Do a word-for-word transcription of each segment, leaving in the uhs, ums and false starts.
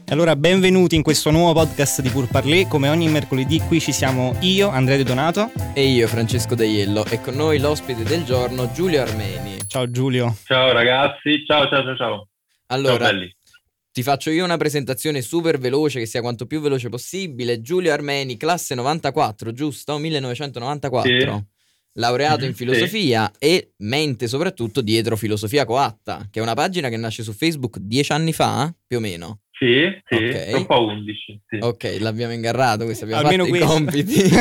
Allora, benvenuti in questo nuovo podcast di Pur Parler. Come ogni mercoledì qui ci siamo io, Andrea De Donato. E io, Francesco D'Aiello. E con noi l'ospite del giorno, Giulio Armeni. Ciao Giulio. Ciao ragazzi, ciao ciao ciao ciao. Allora, ciao belli. Ti faccio io una presentazione super veloce, che sia quanto più veloce possibile. Giulio Armeni, classe novantaquattro, giusto? millenovecentonovantaquattro. Sì. Laureato in filosofia sì. e mente soprattutto dietro Filosofia Coatta, che è una pagina che nasce su Facebook dieci anni fa, più o meno. Sì, sì, okay. un po' undici. Sì. Ok, l'abbiamo ingarrato, questo abbiamo Almeno fatto questo. i compiti.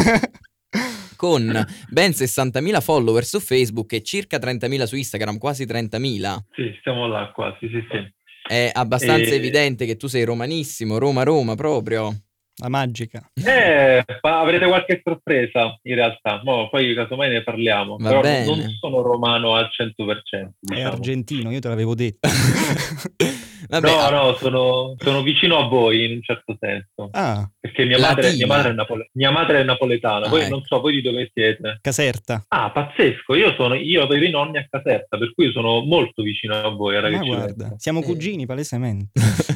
Con ben sessantamila follower su Facebook e circa trentamila su Instagram, quasi trentamila. Sì, stiamo là quasi, sì, sì. È abbastanza e... evidente che tu sei romanissimo, Roma-Roma proprio. La magica. Eh, ma avrete qualche sorpresa in realtà, no, poi casomai ne parliamo. Va Però bene. non sono romano al cento per cento. Diciamo. È argentino, io te l'avevo detto. Vabbè, no, ah, no, sono, sono vicino a voi in un certo senso. Ah, Perché mia madre, mia Latina. madre, è, napole- mia madre è napoletana, Ah, poi ecco. non so, voi di dove siete? Caserta. Ah, pazzesco, io sono io avevo i nonni a Caserta, per cui sono molto vicino a voi, ora Ma che ci guarda, penso. siamo Eh. cugini palesemente.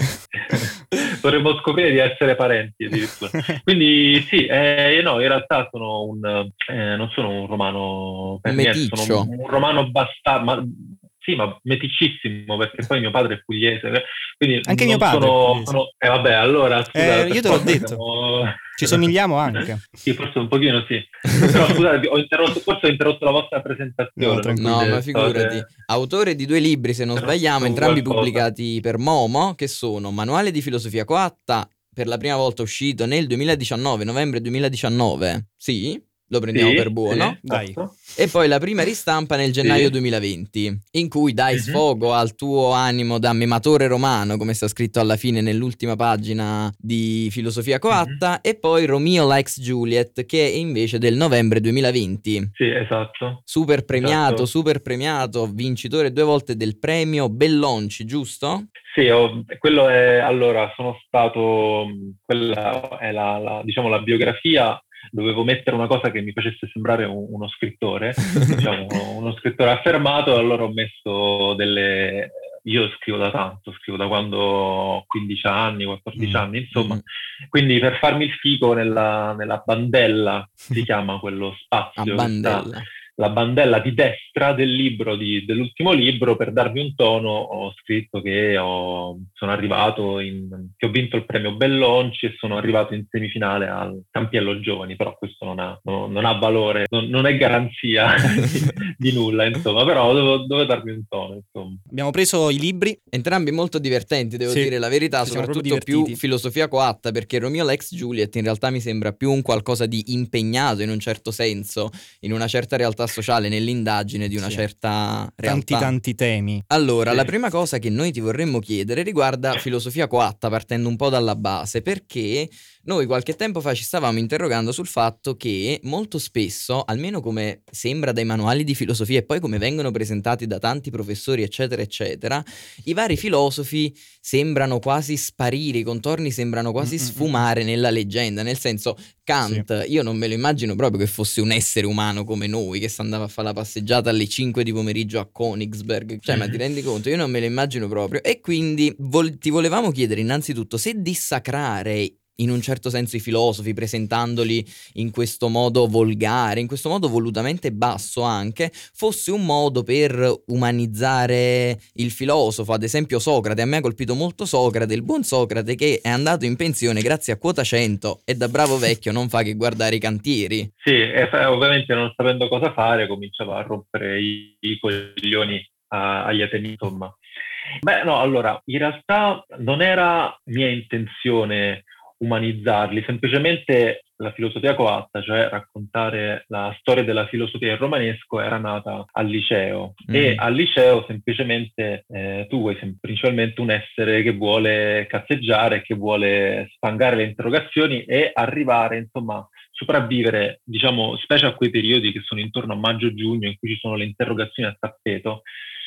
Dovremmo scoprire di essere parenti addirittura. Quindi sì, eh, no, in realtà sono un eh, non sono un romano per Un niente, meticcio. sono un, un romano bastardo, ma sì, ma meticissimo, perché poi mio padre è pugliese, quindi Anche non mio padre è sono, pugliese. sono eh vabbè, allora scusa, Eh, per io te l'ho forza detto. siamo- Ci somigliamo anche. Sì, forse un pochino sì. Però scusate, ho interrotto, forse ho interrotto la vostra presentazione. No, tranquillo. No, non ma so se figurati. state- Autore di due libri, se non Però sbagliamo, con entrambi qualcosa. pubblicati per Momo, che sono Manuale di filosofia coatta, per la prima volta uscito nel duemiladiciannove, novembre duemiladiciannove. Sì, lo prendiamo Sì, per buono. sì, Dai. esatto. E poi la prima ristampa nel gennaio Sì. duemilaventi, in cui dai Mhm. sfogo al tuo animo da mematore romano, come sta scritto alla fine nell'ultima pagina di Filosofia Coatta, e poi Romeo Likes Juliet, che è invece del novembre duemilaventi. Sì, esatto. Super premiato, Esatto. super premiato, vincitore due volte del premio Bellonci, giusto? Sì, ho- quello è, allora, sono stato, mh, quella è la, la- diciamo, la biografia, dovevo mettere una cosa che mi facesse sembrare un- uno scrittore, diciamo, uno scrittore affermato, allora ho messo delle... Io scrivo da tanto, scrivo da quando ho quindici anni, quattordici Mm. anni, insomma, Mm. quindi per farmi il figo nella, nella bandella, si chiama quello A spazio, che sta- bandella. la bandella di destra del libro, di- dell'ultimo libro, per darvi un tono, ho scritto che ho- sono arrivato in, che ho vinto il premio Bellonci e sono arrivato in semifinale al Campiello Giovani, però questo non ha, no- non ha valore, non, non è garanzia di, di nulla, insomma, però devo, devo darvi un tono, insomma. Abbiamo preso i libri. Entrambi molto divertenti, devo Sì, dire la verità, ci siamo soprattutto proprio più divertiti. filosofia coatta, perché Romeo Lex Juliet in realtà mi sembra più un qualcosa di impegnato in un certo senso, in una certa realtà sociale, nell'indagine di una Sì. certa realtà. Tanti tanti temi. Allora, Sì. la prima cosa che noi ti vorremmo chiedere riguarda filosofia coatta, partendo un po' dalla base, perché noi qualche tempo fa ci stavamo interrogando sul fatto che molto spesso, almeno come sembra dai manuali di filosofia e poi come vengono presentati da tanti professori, eccetera, eccetera, i vari filosofi sembrano quasi sparire, i contorni sembrano quasi Mm-mm-mm. sfumare nella leggenda, nel senso Kant, io non me lo immagino proprio che fosse un essere umano come noi, che sta andava a fare la passeggiata alle cinque di pomeriggio a Königsberg, cioè ma ti rendi conto? Io non me lo immagino proprio, e quindi vol- ti volevamo chiedere innanzitutto se dissacrare in un certo senso i filosofi, presentandoli in questo modo volgare, in questo modo volutamente basso anche, fosse un modo per umanizzare il filosofo. Ad esempio Socrate, a me ha colpito molto Socrate, il buon Socrate che è andato in pensione grazie a quota cento e da bravo vecchio non fa che guardare i cantieri. Sì, e fa- ovviamente non sapendo cosa fare cominciava a rompere i, i coglioni a- agli ateni, insomma. Beh, no, allora, in realtà non era mia intenzione umanizzarli, semplicemente la filosofia coatta, cioè raccontare la storia della filosofia del romanesco, era nata al liceo. E Mhm. al liceo semplicemente eh, tu vuoi sem- principalmente un essere che vuole cazzeggiare, che vuole spangare le interrogazioni e arrivare, insomma, sopravvivere, diciamo, specie a quei periodi che sono intorno a maggio-giugno in cui ci sono le interrogazioni a tappeto.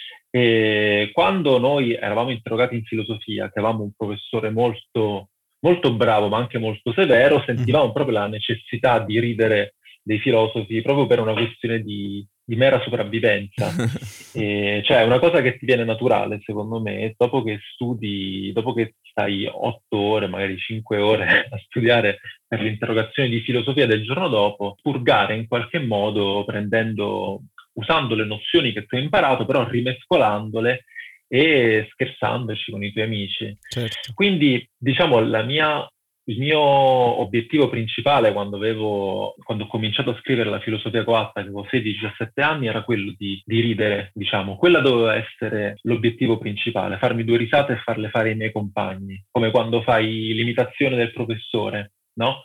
E quando noi eravamo interrogati in filosofia, che avevamo un professore molto, molto bravo ma anche molto severo, sentivamo proprio la necessità di ridere dei filosofi proprio per una questione di, di mera sopravvivenza. E, cioè è una cosa che ti viene naturale, secondo me, dopo che studi, dopo che stai otto ore, magari cinque ore a studiare per l'interrogazione di filosofia del giorno dopo, purgare in qualche modo prendendo, usando le nozioni che tu hai imparato, però rimescolandole e scherzandoci con i tuoi amici. Certo. Quindi, diciamo, la mia, il mio obiettivo principale quando avevo, quando ho cominciato a scrivere la filosofia coatta, che avevo sedici diciassette anni, era quello di, di ridere, diciamo. Quella doveva essere l'obiettivo principale, farmi due risate e farle fare ai miei compagni, come quando fai l'imitazione del professore, no?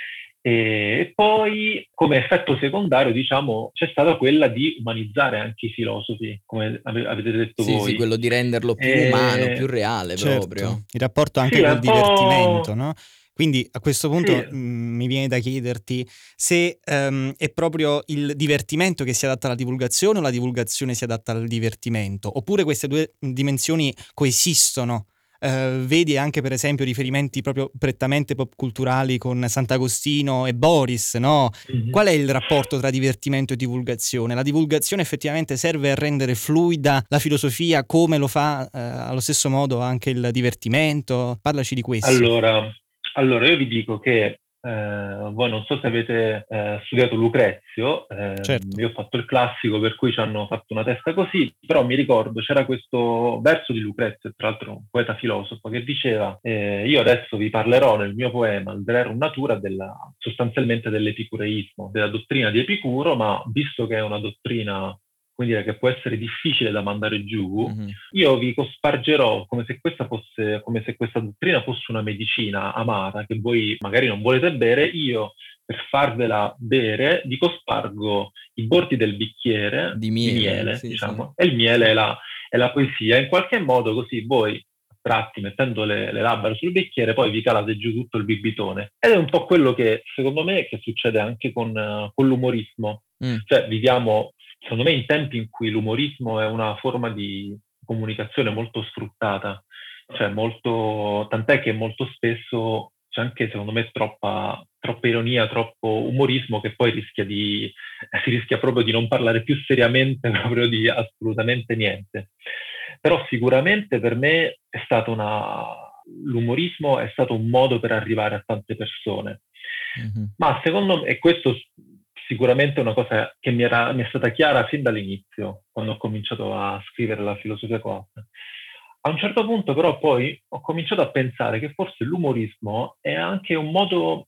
E poi, come effetto secondario, diciamo, c'è stata quella di umanizzare anche i filosofi, come ave- avete detto Sì, voi. sì, quello di renderlo più E- umano, più reale Certo, proprio. il rapporto anche Sì, è col un divertimento, po'... no? Quindi a questo punto Sì. mh, mi viene da chiederti se ehm, è proprio il divertimento che si adatta alla divulgazione o la divulgazione si adatta al divertimento, oppure queste due dimensioni coesistono. Eh, vedi anche per esempio riferimenti proprio prettamente pop culturali con Sant'Agostino e Boris, no? Mhm. Qual è il rapporto tra divertimento e divulgazione? La divulgazione effettivamente serve a rendere fluida la filosofia come lo fa eh, allo stesso modo anche il divertimento? Parlaci di questo. Allora, allora, io vi dico che eh, voi non so se avete eh, studiato Lucrezio, eh, Certo. io ho fatto il classico per cui ci hanno fatto una testa così, però mi ricordo c'era questo verso di Lucrezio, tra l'altro un poeta filosofo, che diceva eh, io adesso vi parlerò nel mio poema Il Rerum Natura della, sostanzialmente dell'epicureismo, della dottrina di Epicuro, ma visto che è una dottrina, come dire, che può essere difficile da mandare giù, Mhm. io vi cospargerò come se questa fosse, come se questa dottrina fosse una medicina amara che voi magari non volete bere. Io, per farvela bere, vi cospargo i bordi del bicchiere Di di miele, miele, sì, diciamo, e il miele è la, è la poesia. In qualche modo così voi, a tratti, mettendo le, le labbra sul bicchiere, poi vi calate giù tutto il bibitone. Ed è un po' quello che, secondo me, che succede anche con, eh, con l'umorismo. sì. Mm. Cioè, viviamo, secondo me, in tempi in cui l'umorismo è una forma di comunicazione molto sfruttata, cioè molto, tant'è che molto spesso c'è anche, secondo me, troppa, troppa ironia, troppo umorismo che poi rischia di, si rischia proprio di non parlare più seriamente proprio di assolutamente niente. Però sicuramente per me è stata una, l'umorismo è stato un modo per arrivare a tante persone. Mhm. Ma secondo me, e questo sicuramente è una cosa che mi, era, mi è stata chiara fin dall'inizio, quando ho cominciato a scrivere la filosofia coatta. A un certo punto però poi ho cominciato a pensare che forse l'umorismo è anche un modo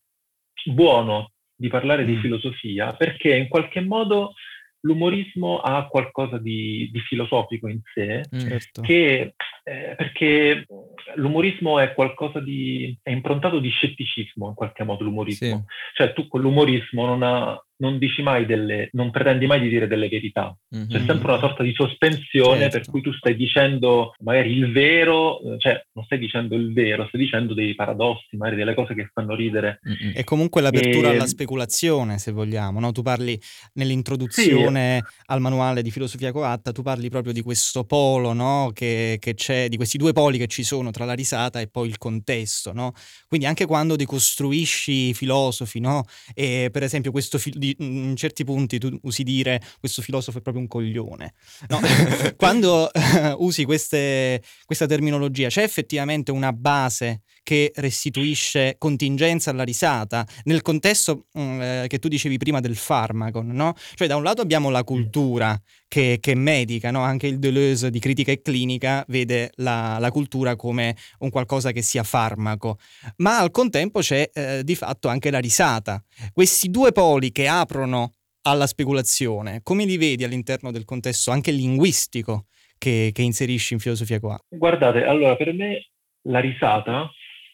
buono di parlare di Mm. filosofia, perché in qualche modo l'umorismo ha qualcosa di, di filosofico in sé, Mm. Certo. che, eh, perché l'umorismo è qualcosa di, è improntato di scetticismo in qualche modo l'umorismo. Sì. Cioè tu con l'umorismo non, ha, non dici mai delle, non pretendi mai di dire delle verità. Mhm. C'è sempre una sorta di sospensione per Certo. cui tu stai dicendo magari il vero, eh, cioè non stai dicendo il vero, stai dicendo dei paradossi, magari delle cose che fanno ridere. Mm-mm. E comunque l'apertura alla E, speculazione, se vogliamo, no? Tu parli sì, nell'introduzione al manuale di filosofia coatta, tu parli proprio di questo polo, no? Che, che c'è, di questi due poli che ci sono tra la risata e poi il contesto, no? Quindi anche quando decostruisci i filosofi, no? E per esempio questo fi- di, in certi punti tu usi dire questo filosofo è proprio un coglione, no? Quando eh, usi queste, questa terminologia c'è effettivamente una base che restituisce contingenza alla risata nel contesto mh, eh, che tu dicevi prima del farmaco, no? Cioè da un lato abbiamo la cultura che, che medica, no? Anche il Deleuze di critica e clinica vede la, la cultura come un qualcosa che sia farmaco, ma al contempo c'è eh, di fatto anche la risata. Questi due poli che aprono alla speculazione, come li vedi all'interno del contesto anche linguistico che, che inserisci in filosofia qua? guardate, allora per me la risata,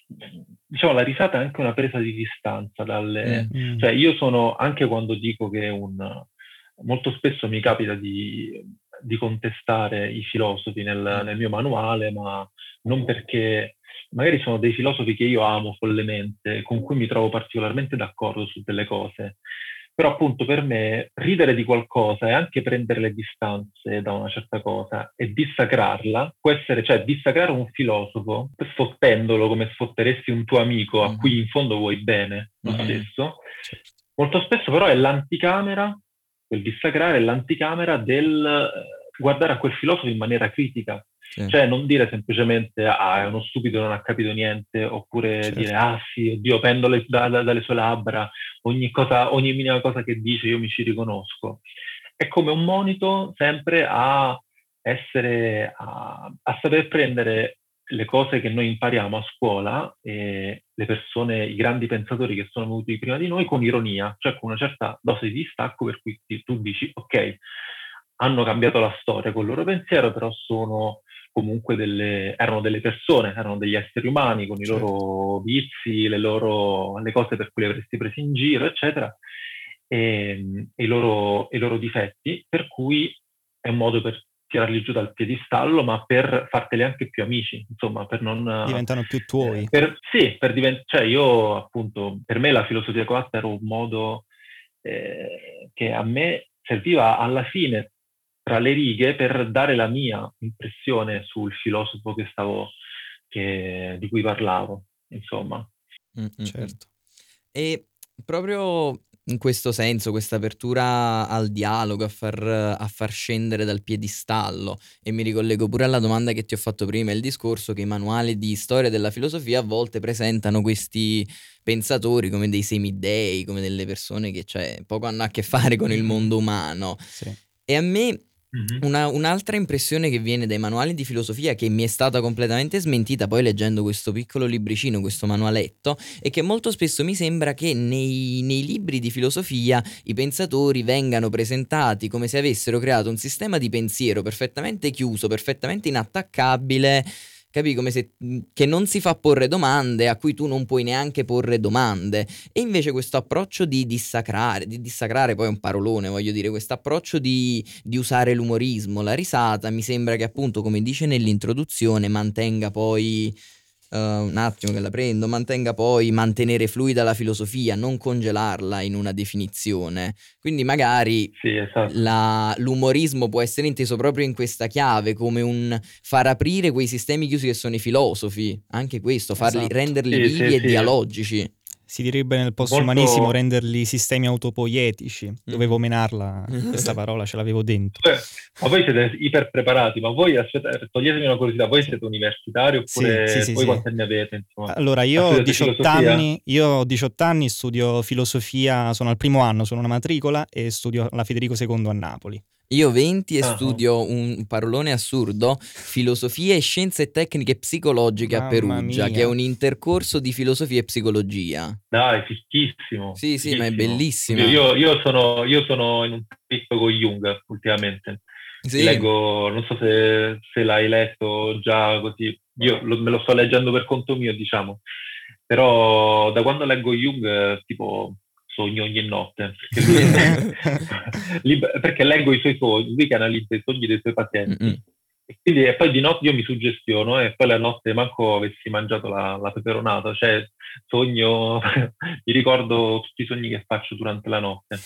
diciamo la risata è anche una presa di distanza dalle... Mm. Mm. Cioè io sono, anche quando dico che un... molto spesso mi capita di, di contestare i filosofi nel, nel mio manuale, ma non perché magari sono dei filosofi che io amo follemente, con cui mi trovo particolarmente d'accordo su delle cose. Però appunto per me ridere di qualcosa e anche prendere le distanze da una certa cosa e dissacrarla può essere, cioè dissacrare un filosofo sfottendolo come sfotteresti un tuo amico a cui in fondo vuoi bene, lo Mhm. stesso. Certo. Molto spesso però è l'anticamera, quel dissacrare è l'anticamera del eh, guardare a quel filosofo in maniera critica. Sì. Cioè non dire semplicemente ah è uno stupido, non ha capito niente, oppure Certo. dire ah sì, oddio, pendo le- da- da- dalle sue labbra, ogni cosa, ogni minima cosa che dice io mi ci riconosco. È come un monito sempre a essere, a, a saper prendere le cose che noi impariamo a scuola e le persone, i grandi pensatori che sono venuti prima di noi con ironia, cioè con una certa dose di distacco per cui ti- tu dici ok, hanno cambiato la storia col loro pensiero, però sono comunque delle, erano delle persone, erano degli esseri umani con i Certo. loro vizi, le loro, le cose per cui li avresti presi in giro, eccetera, e, e i loro, e i loro difetti, per cui è un modo per tirarli giù dal piedistallo, ma per farteli anche più amici, insomma, per non... Diventano più eh, tuoi. per, sì, per diventare... Cioè io, appunto, per me la filosofia coatta era un modo eh, che a me serviva alla fine, tra le righe, per dare la mia impressione sul filosofo che stavo, che, di cui parlavo, insomma. Mm, mm, mm. Certo. E proprio in questo senso, questa apertura al dialogo, a far, a far scendere dal piedistallo, e mi ricollego pure alla domanda che ti ho fatto prima, il discorso che i manuali di storia della filosofia a volte presentano questi pensatori come dei semidei, come delle persone che cioè, poco hanno a che fare con il mondo umano. Sì. E a me Mhm. una- un'altra impressione che viene dai manuali di filosofia, che mi è stata completamente smentita poi leggendo questo piccolo libricino, questo manualetto, è che molto spesso mi sembra che nei, nei libri di filosofia i pensatori vengano presentati come se avessero creato un sistema di pensiero perfettamente chiuso, perfettamente inattaccabile. Capì? Come se mh, che non si fa porre domande, a cui tu non puoi neanche porre domande. E invece questo approccio di dissacrare, di dissacrare poi è un parolone, voglio dire, questo approccio di, di usare l'umorismo, la risata, mi sembra che appunto, come dice nell'introduzione, mantenga poi, eh, un attimo che la prendo, mantenga poi mantenere fluida la filosofia, non congelarla in una definizione. Quindi magari Sì, esatto. la- l'umorismo può essere inteso proprio in questa chiave, come un far aprire quei sistemi chiusi che sono i filosofi, anche questo, farli, Esatto. renderli Sì, vivi sì, e sì. dialogici. Si direbbe nel postumanesimo Molto... renderli sistemi autopoietici. Dovevo menarla, questa parola ce l'avevo dentro. Beh, ma voi siete iper preparati, ma voi, aspetta, toglietemi una curiosità, voi Sì. siete universitari Sì, sì, oppure sì, voi sì. quanti anni avete, insomma? Allora, io Ah, ho studiate diciotto filosofia? anni, io ho diciotto anni, studio filosofia, sono al primo anno, sono una matricola e studio alla Federico secondo a Napoli. Io venti e Ah, studio un parolone assurdo, filosofia e scienze tecniche psicologiche a Mamma Perugia, che è mia. un intercorso di filosofia e psicologia. dai, fichissimo, Sì, sì, ma è fichissimo. Oddio, bellissima. io, io sono, io sono in un trip con Jung ultimamente. Mi Sì. leggo, non so se, se l'hai letto già così, io lo- me lo sto leggendo per conto mio, diciamo, però da quando leggo Jung, eh, tipo, sogno ogni notte, perché lui, lib- perché leggo i suoi sogni, lui che analizza i sogni dei suoi pazienti, Mm-mm. e, quindi, e poi di notte io mi suggestiono e poi la notte manco avessi mangiato la, la peperonata, cioè sogno, mi ricordo tutti i sogni che faccio durante la notte.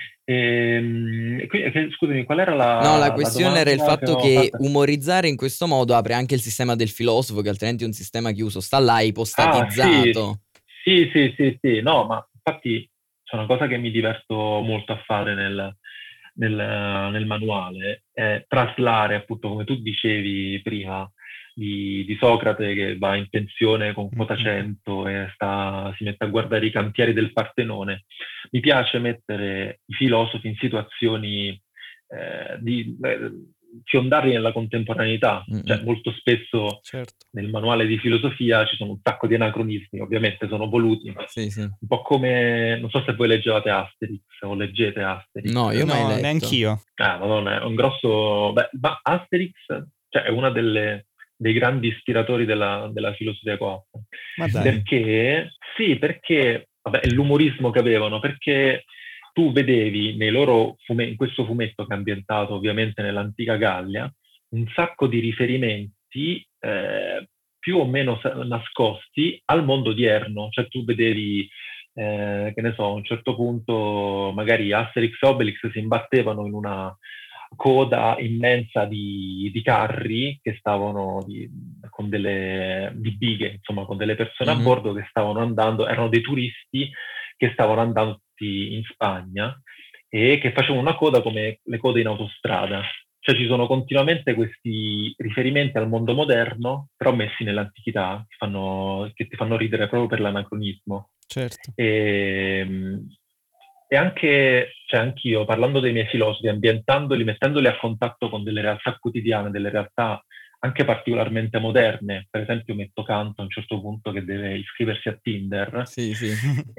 Ehm, E, quindi, che- scusami, qual era No, la la, la questione era il domanda che fatto avevo che fatto? umorizzare in questo modo apre anche il sistema del filosofo, che altrimenti è un sistema chiuso, sta là Ah, sì, ipostatizzato. sì, sì, sì, sì, no, ma infatti c'è una cosa che mi diverto molto a fare nel, nel, nel manuale, è traslare, appunto, come tu dicevi prima, di, di Socrate che va in pensione con Mm, quota mm, mm. cento e sta, si mette a guardare i cantieri del Partenone. Mi piace mettere i filosofi in situazioni eh, di eh, fiondarli nella contemporaneità, Mm-mm. cioè molto spesso Certo. nel manuale di filosofia ci sono un sacco di anacronismi, ovviamente sono voluti, Sì, sì. un po' come, non so se voi leggevate Asterix o leggete Asterix. No, io mai No, letto. neanch'io. Ah, Madonna, è un grosso... Beh, ma Asterix, cioè, è una delle, dei grandi ispiratori della, della filosofia coatta. Ma dai. Perché, sì, perché, vabbè, è l'umorismo che avevano, perché tu vedevi nei loro fume- in questo fumetto che è ambientato ovviamente nell'antica Gallia, un sacco di riferimenti eh, più o meno sa- nascosti al mondo odierno. Cioè tu vedevi, eh, che ne so, a un certo punto magari Asterix e Obelix si imbattevano in una coda immensa di, di carri che stavano di, con delle di bighe, insomma, con delle persone a Mhm. bordo che stavano andando, erano dei turisti che stavano andando in Spagna e che facevano una coda come le code in autostrada. Cioè ci sono continuamente questi riferimenti al mondo moderno, però messi nell'antichità, che, fanno, che ti fanno ridere proprio per l'anacronismo. Certo. E, e anche, cioè anch'io, parlando dei miei filosofi, ambientandoli, mettendoli a contatto con delle realtà quotidiane, delle realtà anche particolarmente moderne, per esempio metto Kant a un certo punto che deve iscriversi a Tinder, Sì, sì.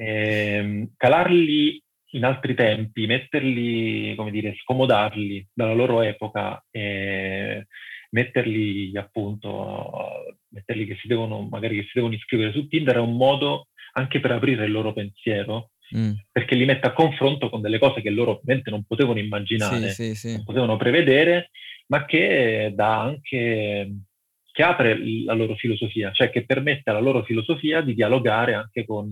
e calarli in altri tempi, metterli, come dire, scomodarli dalla loro epoca e metterli appunto, metterli che si devono, magari che si devono iscrivere su Tinder è un modo anche per aprire il loro pensiero, Mm. perché li mette a confronto con delle cose che loro ovviamente non potevano Sì, immaginare, sì, sì. non potevano prevedere, ma che dà anche, che apre la loro filosofia, cioè che permette alla loro filosofia di dialogare anche con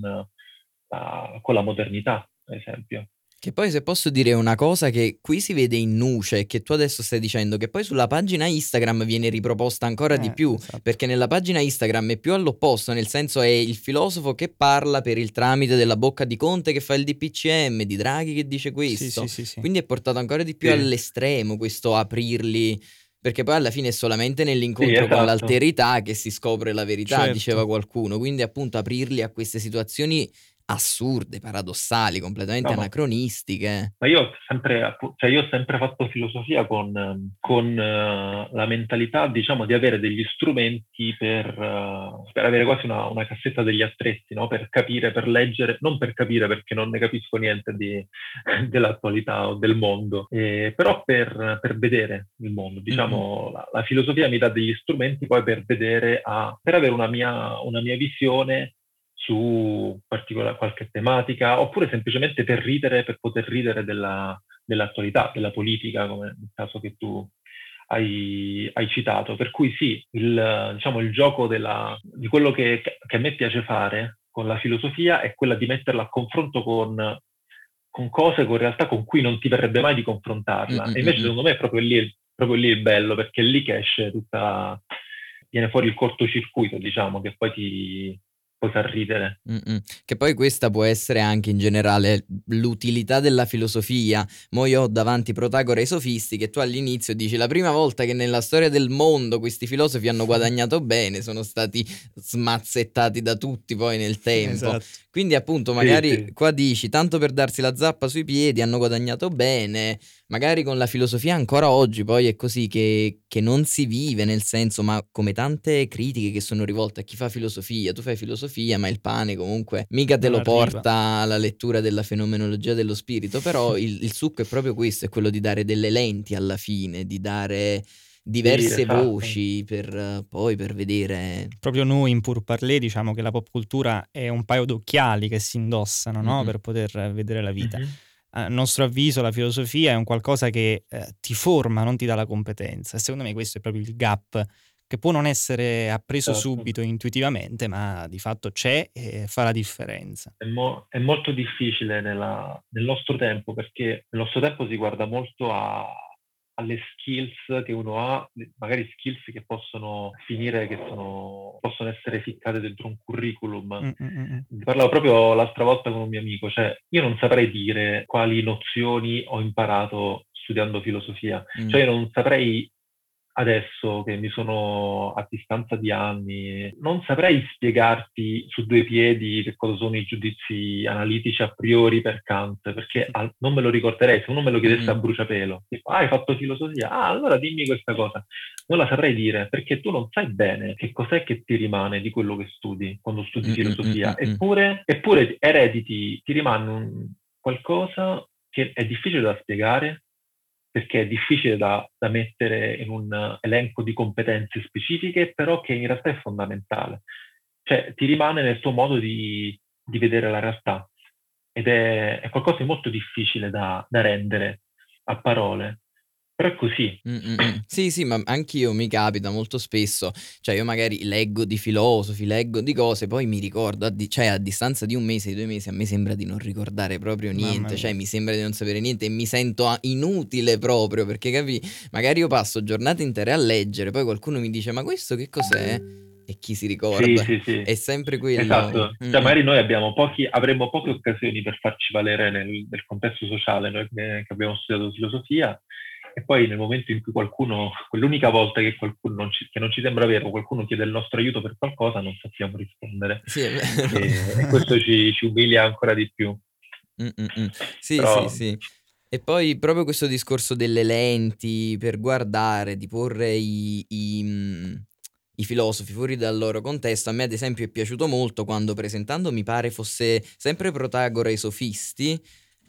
la, con la modernità, per esempio. Che poi, se posso dire una cosa che qui si vede in nuce, che tu adesso stai dicendo, che poi sulla pagina Instagram viene riproposta ancora di Eh, più, esatto. perché nella pagina Instagram è più all'opposto, nel senso è il filosofo che parla per il tramite della bocca di Conte che fa il D P C M, di Draghi che dice Sì, questo, sì, sì, sì. quindi è portato ancora di più Sì. all'estremo questo aprirli, perché poi alla fine è solamente Sì, nell'incontro con esatto. l'alterità che si scopre la verità, Certo. diceva qualcuno, quindi appunto aprirli a queste situazioni assurde, paradossali, completamente No, ma anacronistiche. Ma io ho sempre, appu- cioè io ho sempre fatto filosofia con, ehm, con eh, la mentalità, diciamo, di avere degli strumenti per, eh, per avere quasi una, una cassetta degli attrezzi, no? Per capire, per leggere, non per capire perché non ne capisco niente di- dell'attualità o del mondo, eh, però per, per vedere il mondo. Mm-mm. Diciamo, la, la filosofia mi dà degli strumenti poi per vedere, a, per avere una mia, una mia visione su particolare, qualche tematica, oppure semplicemente per ridere, per poter ridere della, dell'attualità, della politica, come nel caso che tu hai, hai citato. Per cui sì, il, diciamo, il gioco della, di quello che, che a me piace fare con la filosofia è quella di metterla a confronto con, con cose, con realtà con cui non ti verrebbe mai di confrontarla. E invece Mm-mm-mm-mm. secondo me è proprio lì, proprio lì il bello, perché è lì che esce tutta, viene fuori il cortocircuito, diciamo, che poi ti poi fa ridere. Mm-mm. Che poi questa può essere anche in generale l'utilità della filosofia. Mo' io ho davanti Protagora e i sofisti che tu all'inizio dici la prima volta che nella storia del mondo questi filosofi hanno guadagnato bene, sono stati smazzettati da tutti poi nel tempo. Esatto. Quindi appunto Sì, magari sì. qua dici tanto per darsi la zappa sui piedi hanno guadagnato bene, magari con la filosofia ancora oggi poi è così che, che non si vive, nel senso, ma come tante critiche che sono rivolte a chi fa filosofia, tu fai filosofia ma il pane comunque mica te Non lo arriva. porta alla lettura della fenomenologia dello spirito, però il, il succo è proprio questo, è quello di dare delle lenti alla fine, di dare diverse Sì, esatto. voci per eh, poi per vedere. Proprio noi in Pur Parler diciamo che la pop cultura è un paio d'occhiali che si indossano, no? Mm-mm. Per poter vedere la vita. Mhm. A nostro avviso la filosofia è un qualcosa che eh, ti forma, non ti dà la competenza. E secondo me questo è proprio il gap che può non essere appreso Certo. subito intuitivamente, ma di fatto c'è e fa la differenza. È, mo- è molto difficile nella- nel nostro tempo, perché nel nostro tempo si guarda molto a- alle skills che uno ha, magari skills che possono finire, che sono, possono essere ficcate dentro un curriculum. Mm, mm, mm. Ne parlavo proprio l'altra volta con un mio amico, cioè io non saprei dire quali nozioni ho imparato studiando filosofia, Mm. cioè io non saprei adesso che mi sono a distanza di anni, non saprei spiegarti su due piedi che cosa sono i giudizi analitici a priori per Kant, perché al- non me lo ricorderei. Se uno me lo chiedesse a Mm-mm. bruciapelo, tipo, ah, hai fatto filosofia? Ah, allora dimmi questa cosa. Non la saprei dire, perché tu non sai bene che cos'è che ti rimane di quello che studi quando studi filosofia. Mm-mm-mm-mm-mm. Eppure, eppure erediti, ti rimane un qualcosa che è difficile da spiegare, perché è difficile da, da mettere in un elenco di competenze specifiche, però che in realtà è fondamentale. Cioè, ti rimane nel tuo modo di, di vedere la realtà, ed è, è qualcosa di molto difficile da, da rendere a parole, però è così. Mm-mm-mm. Sì, sì, ma anch'io mi capita molto spesso, cioè io magari leggo di filosofi, leggo di cose, poi mi ricordo, a di- cioè a distanza di un mese, di due mesi, a me sembra di non ricordare proprio Mamma niente, cioè mia. mi sembra di non sapere niente e mi sento a- inutile proprio, perché capi, magari io passo giornate intere a leggere, poi qualcuno mi dice, ma questo che cos'è? E chi si Sì, ricorda? sì, sì, È sempre quello. esatto. Cioè, Mm-mm. magari noi abbiamo pochi, avremmo poche occasioni per farci valere nel, nel contesto sociale, noi che, che abbiamo studiato filosofia, e poi nel momento in cui qualcuno, quell'unica volta che qualcuno non ci, che non ci sembra vero, qualcuno chiede il nostro aiuto per qualcosa, non sappiamo rispondere. Sì, è vero. E, e questo ci, ci umilia ancora di più. Mm, mm, mm. Sì, sì, Però sì. E poi proprio questo discorso delle lenti per guardare, di porre i, i, mm, i filosofi fuori dal loro contesto, a me ad esempio è piaciuto molto quando presentando, mi pare fosse sempre Protagora ai sofisti,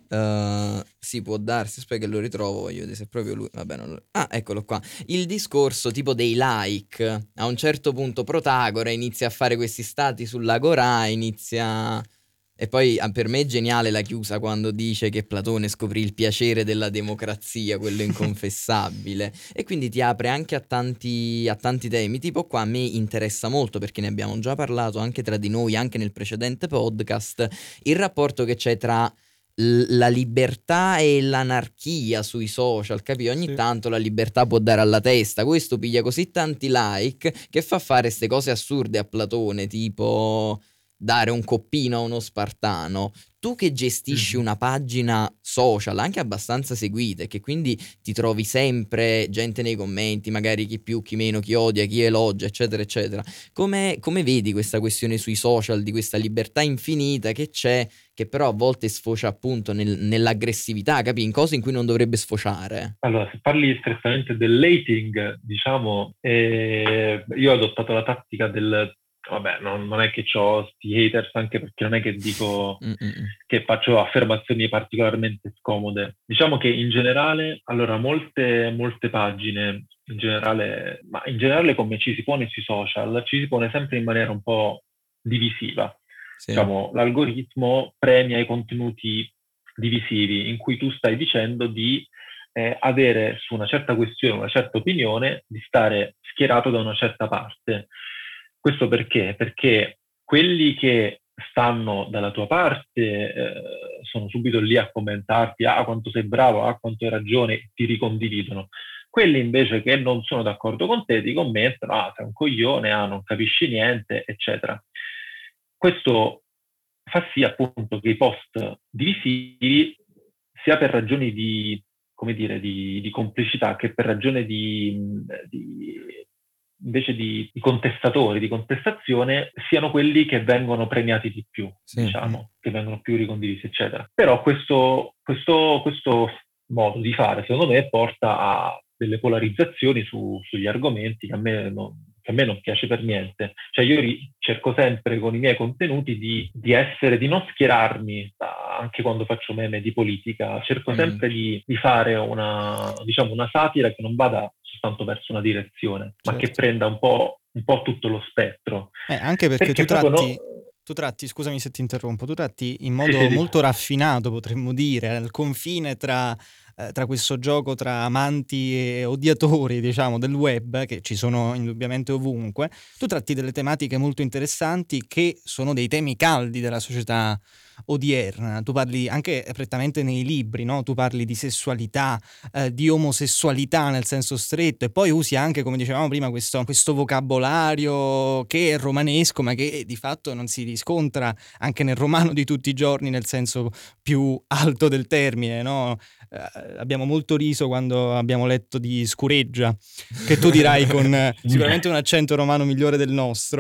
eh, si può darsi, aspetta che lo ritrovo, voglio vedere se è proprio lui, vabbè, non lo- ah, eccolo qua, il discorso tipo dei like, a un certo punto Protagora inizia a fare questi stati sull'agorà, inizia... E poi ah, per me è geniale la chiusa quando dice che Platone scoprì il piacere della democrazia, quello inconfessabile. E quindi ti apre anche a tanti, a tanti temi. Tipo qua a me interessa molto, perché ne abbiamo già parlato anche tra di noi, anche nel precedente podcast, il rapporto che c'è tra l- la libertà e l'anarchia sui social, capi? Ogni Sì. tanto la libertà può dare alla testa. Questo piglia così tanti like che fa fare queste cose assurde a Platone, tipo dare un coppino a uno spartano. Tu che gestisci Mhm. una pagina social anche abbastanza seguita e che quindi ti trovi sempre gente nei commenti, magari chi più, chi meno, chi odia, chi elogia, eccetera, eccetera. Come, come vedi questa questione sui social, di questa libertà infinita che c'è, che però a volte sfocia appunto nel- nell'aggressività, capi? In cose in cui non dovrebbe sfociare. allora, se parli strettamente del dating, diciamo, eh, io ho adottato la tattica del, vabbè, non, non è che ho sti haters, anche perché non è che dico Mm, mm, mm. che faccio affermazioni particolarmente scomode. Diciamo che in generale, allora, molte, molte pagine, in generale, ma in generale come ci si pone sui social, ci si pone sempre in maniera un po' divisiva. Sì, Diciamo, l'algoritmo premia i contenuti divisivi in cui tu stai dicendo di eh, avere su una certa questione, una certa opinione, di stare schierato da una certa parte. Questo perché? Perché quelli che stanno dalla tua parte eh, sono subito lì a commentarti, ah quanto sei bravo, ah quanto hai ragione, ti ricondividono. Quelli invece che non sono d'accordo con te ti commentano, ah sei un coglione, ah non capisci niente, eccetera. Questo fa sì appunto che i post divisivi, sia per ragioni di, come dire, di, di complicità che per ragione di, di invece di, di contestatori, di contestazione, siano quelli che vengono premiati di più, sì. Mm. diciamo, che vengono più ricondivisi, eccetera. Però questo, questo, questo modo di fare, secondo me, porta a delle polarizzazioni su, sugli argomenti che a me non, che a me non piace per niente. Cioè io ri- cerco sempre con i miei contenuti di, di essere, di non schierarmi, ah, anche quando faccio meme di politica, cerco Mm. sempre di, di fare una, diciamo, una satira che non vada soltanto verso una direzione, ma che Certo. prenda un po', un po' tutto lo spettro. Eh, anche perché tu Perché proprio no... tratti, tu tratti, scusami se ti interrompo, tu tratti in Sì, modo sì, molto raffinato, potremmo dire, al confine tra, eh, tra questo gioco tra amanti e odiatori, diciamo, del web, che ci sono indubbiamente ovunque. Tu tratti delle tematiche molto interessanti che sono dei temi caldi della società odierna. Tu parli anche prettamente nei libri, no? Tu parli di sessualità, eh, di omosessualità nel senso stretto e poi usi anche, come dicevamo prima, questo, questo vocabolario che è romanesco ma che di fatto non si riscontra anche nel romano di tutti i giorni nel senso più alto del termine, no? Eh, abbiamo molto riso quando abbiamo letto di Scureggia, che tu dirai con eh, sicuramente un accento romano migliore del nostro.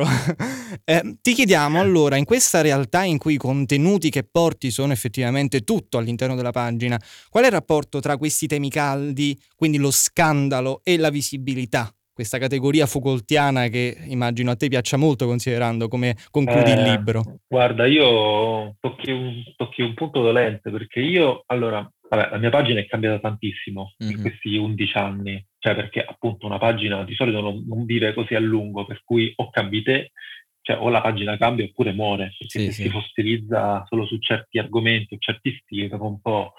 Eh, ti chiediamo allora, in questa realtà in cui i contenuti che porti sono effettivamente tutto all'interno della pagina, qual è il rapporto tra questi temi caldi, quindi lo scandalo e la visibilità? Questa categoria Foucaultiana che immagino a te piaccia molto considerando come concludi il Eh, libro. guarda, io tocchi un, tocchi un punto dolente perché io, allora, vabbè, la mia pagina è cambiata tantissimo in Mhm. questi undici anni, cioè perché appunto una pagina di solito non, non vive così a lungo, per cui o cambi te, cioè o la pagina cambia oppure muore, perché Sì, se si sì. fossilizza solo su certi argomenti o certi stili, dopo un po',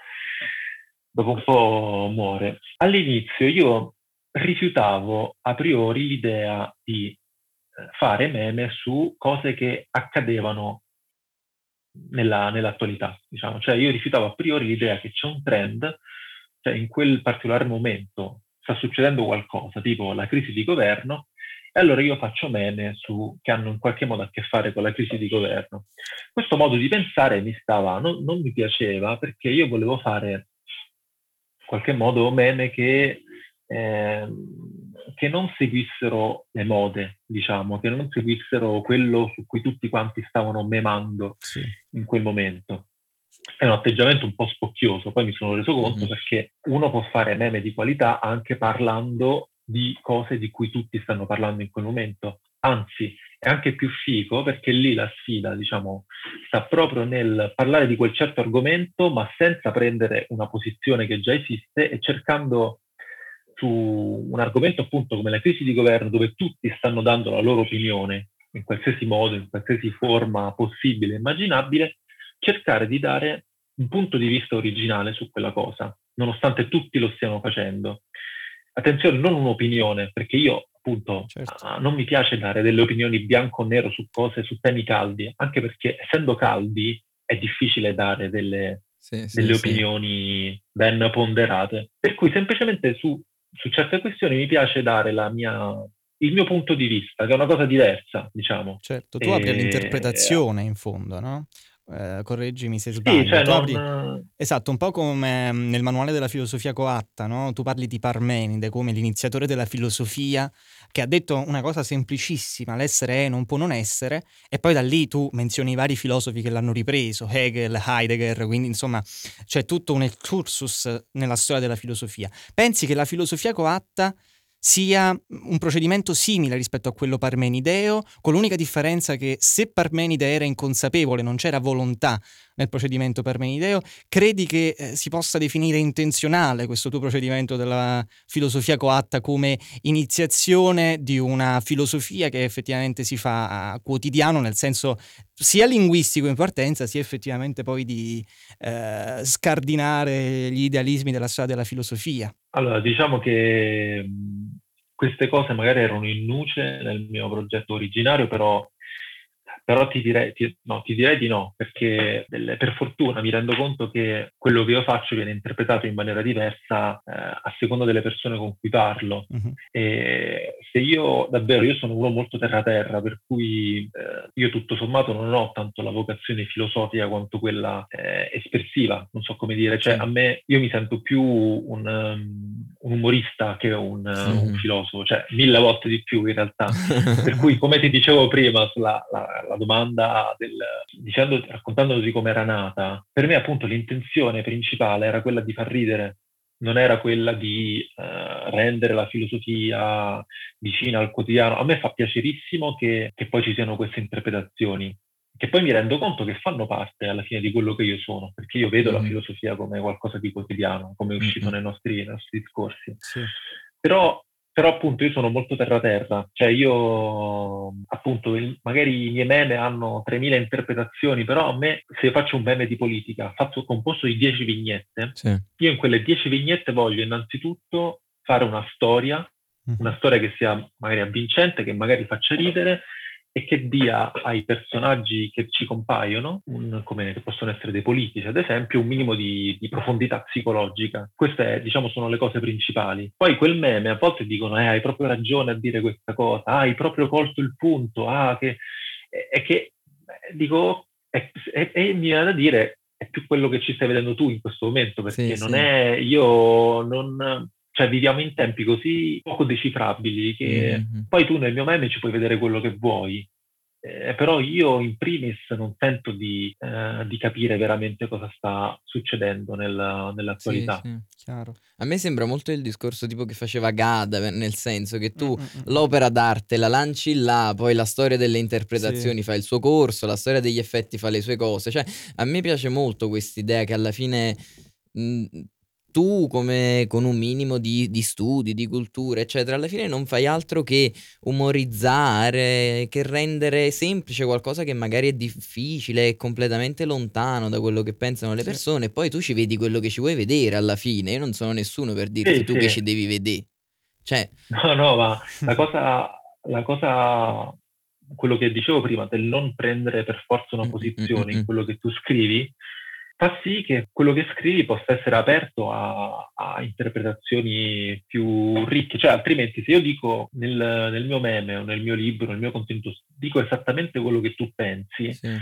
dopo un po' muore. All'inizio io rifiutavo a priori l'idea di eh, fare meme su cose che accadevano nella, nell'attualità, diciamo. Cioè io rifiutavo a priori l'idea che c'è un trend, cioè in quel particolare momento sta succedendo qualcosa, tipo la crisi di governo, e allora io faccio meme su, che hanno in qualche modo a che fare con la crisi di governo. Questo modo di pensare mi stava, non, non mi piaceva perché io volevo fare qualche modo meme che, eh, che non seguissero le mode, diciamo, che non seguissero quello su cui tutti quanti stavano memando Sì. in quel momento. È un atteggiamento un po' spocchioso, poi mi sono reso conto Mhm. perché uno può fare meme di qualità anche parlando di cose di cui tutti stanno parlando in quel momento. Anzi, è anche più figo perché lì la sfida, diciamo, sta proprio nel parlare di quel certo argomento, ma senza prendere una posizione che già esiste e cercando su un argomento appunto come la crisi di governo, dove tutti stanno dando la loro opinione in qualsiasi modo, in qualsiasi forma possibile e immaginabile, cercare di dare un punto di vista originale su quella cosa, nonostante tutti lo stiano facendo. Attenzione, non un'opinione, perché io appunto Certo. ah, non mi piace dare delle opinioni bianco o nero su cose, su temi caldi, anche perché essendo caldi è difficile dare delle, Sì, sì, delle sì. opinioni ben ponderate. Per cui semplicemente su, su certe questioni mi piace dare la mia, il mio punto di vista, che è una cosa diversa, diciamo. Certo, tu apri E, all'interpretazione in fondo, no, ehm, correggimi se sì, sbaglio. cioè Tu apri non... esatto, un po' come mm, nel manuale della filosofia coatta, no, tu parli di Parmenide come l'iniziatore della filosofia che ha detto una cosa semplicissima: l'essere è, non può non essere, e poi da lì tu menzioni i vari filosofi che l'hanno ripreso, Hegel, Heidegger, quindi insomma c'è tutto un excursus nella storia della filosofia. Pensi che la filosofia coatta sia un procedimento simile rispetto a quello parmenideo, con l'unica differenza che se Parmenide era inconsapevole, non c'era volontà nel procedimento parmenideo, credi che eh, si possa definire intenzionale questo tuo procedimento della filosofia coatta come iniziazione di una filosofia che effettivamente si fa a quotidiano, nel senso sia linguistico in partenza, sia effettivamente poi di eh, scardinare gli idealismi della storia della filosofia? Allora, diciamo che mh, queste cose magari erano in nuce nel mio progetto originario, però, però ti direi, ti- no, ti direi di no, perché delle- per fortuna mi rendo conto che quello che io faccio viene interpretato in maniera diversa eh, a seconda delle persone con cui parlo. Mhm. E se io davvero, io sono uno molto terra-terra, per cui eh, io tutto sommato non ho tanto la vocazione filosofica quanto quella eh, espressiva, non so come dire, cioè Sì. a me, io mi sento più un, um, un umorista che un, Sì. uh, un Mhm. filosofo, cioè mille volte di più in realtà. Per cui, come ti dicevo prima sulla la, la domanda del, dicendo, raccontandoti come era nata, per me appunto l'intenzione principale era quella di far ridere, non era quella di eh, rendere la filosofia vicina al quotidiano. A me fa piacerissimo che, che poi ci siano queste interpretazioni, che poi mi rendo conto che fanno parte alla fine di quello che io sono, perché io vedo la Mhm. filosofia come qualcosa di quotidiano, come è uscito Mhm. nei nostri, nei nostri discorsi. Sì. Però, però appunto io sono molto terra-terra, cioè io appunto il- magari i miei meme hanno tremila interpretazioni, però a me se faccio un meme di politica fatto composto di dieci vignette, Sì. io in quelle dieci vignette voglio innanzitutto fare una storia, Mhm. una storia che sia magari avvincente, che magari faccia ridere e che dia ai personaggi che ci compaiono, un- come che possono essere dei politici ad esempio, un minimo di, di profondità psicologica. Queste, è, diciamo, sono le cose principali. Poi quel meme a volte dicono, eh, hai proprio ragione a dire questa cosa, ah, hai proprio colto il punto, ah, che... E, e che, eh, dico, e, e, e mi viene da dire, è più quello che ci stai vedendo tu in questo momento, Sì, perché non sì. è, io non, cioè viviamo in tempi così poco decifrabili che Mhm. poi tu nel mio meme ci puoi vedere quello che vuoi, eh, però io in primis non sento di, eh, di capire veramente cosa sta succedendo nel- Sì, nell'attualità. sì. Chiaro. A me sembra molto il discorso tipo che faceva Gadamer, nel senso che Mm, tu mm, mm, mm. l'opera d'arte la lanci là, poi la storia delle Sì. interpretazioni fa il suo corso, la storia degli effetti fa le sue cose. Cioè, a me piace molto quest'idea che alla fine mh, tu, come con un minimo di, di studi, di cultura, eccetera, alla fine non fai altro che umorizzare, che rendere semplice qualcosa che magari è difficile, è completamente lontano da quello che pensano le Sì. persone, e poi tu ci vedi quello che ci vuoi vedere alla fine. Io non sono nessuno per dirti Sì, tu che sì, ci devi vedere. Cioè, no, no, ma la cosa, la cosa, quello che dicevo prima, del non prendere per forza una mm, mm, mm, mm, posizione in mm. quello che tu scrivi, fa sì che quello che scrivi possa essere aperto a, a interpretazioni più ricche. Cioè, altrimenti, se io dico nel, nel mio meme o nel mio libro, nel mio contenuto, dico esattamente quello che tu pensi, Sì.